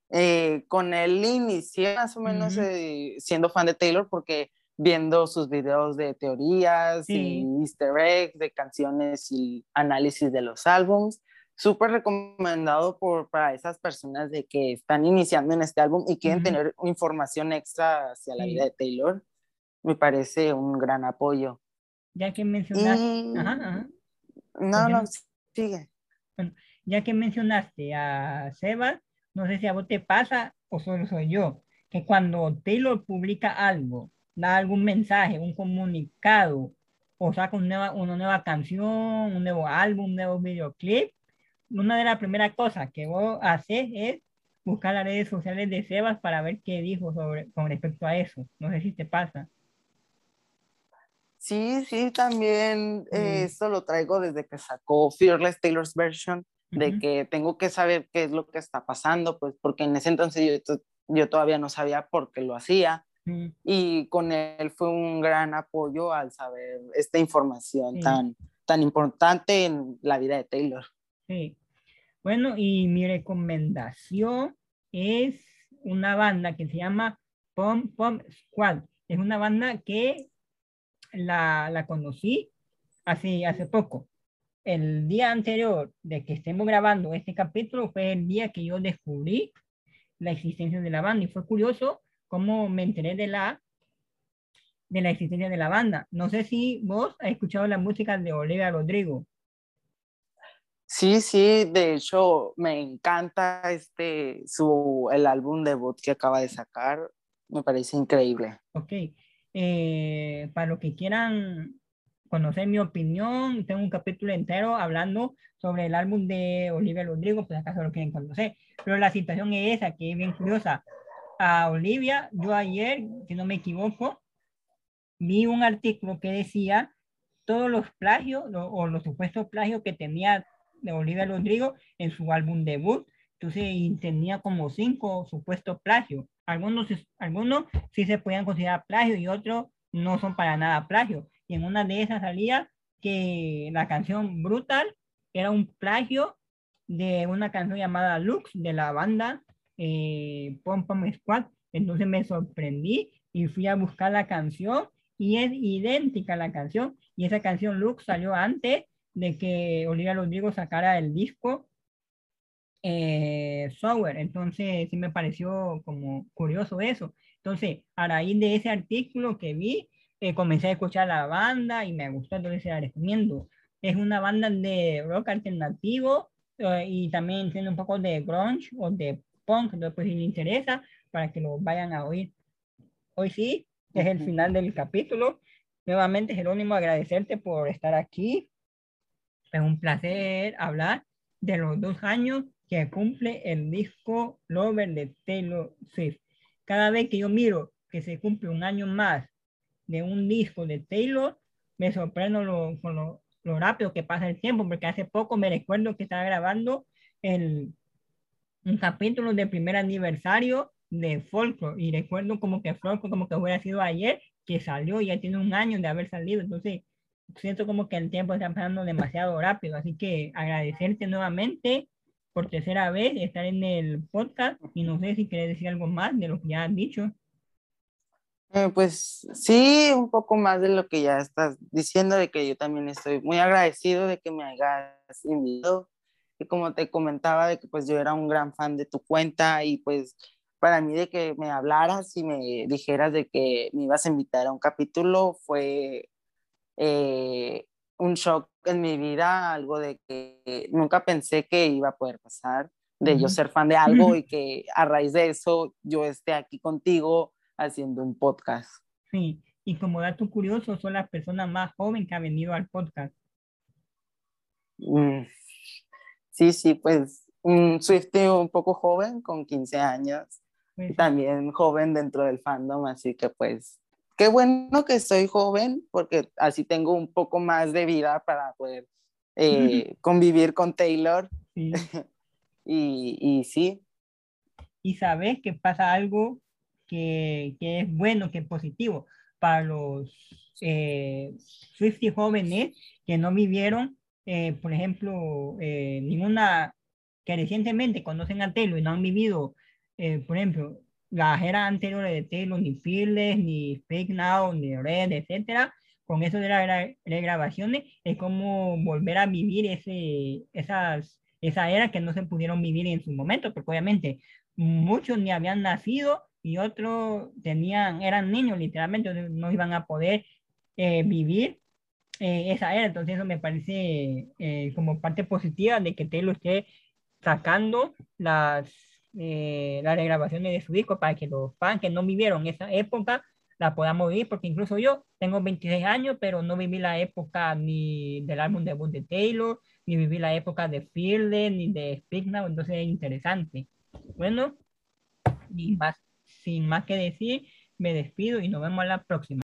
Con él inicié más o menos Ujú. siendo fan de Taylor porque viendo sus videos de teorías Sí. y easter eggs de canciones y análisis de los álbums. Súper recomendado para esas personas de que están iniciando en este álbum y quieren Ujú. tener información extra hacia la vida Sí. de Taylor. Me parece un gran apoyo. Ya que mencionaste, ajá, Y ajá, no, no, continúa. sigue. Bueno, ya que mencionaste a Sebas, no sé si a vos te pasa o solo soy yo, que cuando Taylor publica algo, da algún mensaje, un comunicado, o saca una nueva canción, un nuevo álbum, un nuevo videoclip, una de las primeras cosas que vos haces es buscar las redes sociales de Sebas para ver qué dijo con respecto a eso. No sé si te pasa. Sí, sí, también Sí. esto lo traigo desde que sacó Fearless Taylor's Version, de Ujú. que tengo que saber qué es lo que está pasando, pues porque en ese entonces yo todavía no sabía por qué lo hacía Mm. y con él fue un gran apoyo al saber esta información Sí, tan importante en la vida de Taylor. sí. Bueno, y mi recomendación es una banda que se llama Pom Pom Squad. Es una banda que la conocí hace poco. El día anterior de que estemos grabando este capítulo fue el día que yo descubrí la existencia de la banda y fue curioso cómo me enteré de la existencia de la banda. No sé si vos has escuchado la música de Olivia Rodrigo. Sí, sí, de hecho me encanta el álbum debut que acaba de sacar, me parece increíble. Ok. Para los que quieran conocer mi opinión, tengo un capítulo entero hablando sobre el álbum de Olivia Rodrigo, pues acaso lo quieren conocer. Pero la situación es esa, que es bien curiosa. A Olivia, yo ayer, si no me equivoco, vi un artículo que decía todos los plagios o los supuestos plagios que tenía de Olivia Rodrigo en su álbum debut. Entonces, y tenía como 5 supuestos plagios. Algunos sí se podían considerar plagio y otros no son para nada plagio. Y en una de esas salía que la canción Brutal era un plagio de una canción llamada Lux de la banda Pom Pom Squad. Entonces me sorprendí y fui a buscar la canción y es idéntica a la canción. Y esa canción Lux salió antes de que Olivia Rodrigo sacara el disco Sour. Entonces sí me pareció como curioso eso. Entonces, a raíz de ese artículo que vi, comencé a escuchar la banda y me gustó, entonces se la recomiendo. Es una banda de rock alternativo y también tiene un poco de grunge o de punk, entonces pues si les interesa, para que lo vayan a oír. Hoy sí, es el final del capítulo. Nuevamente, Jerónimo, agradecerte por estar aquí. Es un placer hablar de los 2 años que cumple el disco Lover de Taylor Swift. Cada vez que yo miro que se cumple un año más de un disco de Taylor, me sorprendo lo rápido que pasa el tiempo, porque hace poco me recuerdo que estaba grabando el, un capítulo del primer aniversario de Folklore y recuerdo como que Folklore como que hubiera sido ayer que salió y ya tiene un año de haber salido, entonces siento como que el tiempo está pasando demasiado rápido, así que agradecerte nuevamente por tercera vez estar en el podcast y no sé si quieres decir algo más de lo que ya has dicho. Pues sí, un poco más de lo que ya estás diciendo, de que yo también estoy muy agradecido de que me hayas invitado. Y como te comentaba, de que pues yo era un gran fan de tu cuenta y pues para mí de que me hablaras y me dijeras de que me ibas a invitar a un capítulo fue eh, un shock en mi vida, algo de que nunca pensé que iba a poder pasar, de yo Ujú. ser fan de algo y que a raíz de eso yo esté aquí contigo haciendo un podcast. Sí, y como dato curioso, son las personas más jóvenes que han venido al podcast. Mm, sí, sí, pues un Swiftie un poco joven, con 15 años, y Pues sí. también joven dentro del fandom, así que pues qué bueno que soy joven, porque así tengo un poco más de vida para poder convivir con Taylor. Sí. Y sí, Y sabes que pasa algo que es bueno, que es positivo para los Swifties jóvenes que no vivieron, por ejemplo, que recientemente conocen a Taylor y no han vivido por ejemplo, las eras anteriores de Taylor, ni Fearless, ni Speak Now, ni Red, etcétera, con eso de las regrabaciones, es como volver a vivir esa era que no se pudieron vivir en su momento, porque obviamente muchos ni habían nacido y otros eran niños, literalmente, no iban a poder vivir esa era. Entonces eso me parece como parte positiva de que Taylor esté sacando las regrabaciones de su disco para que los fans que no vivieron esa época la podamos vivir, porque incluso yo tengo 26 años, pero no viví la época ni del álbum debut de Taylor, ni viví la época de Fearless, ni de Speak Now, entonces es interesante. Bueno, y más, sin más que decir, me despido y nos vemos a la próxima.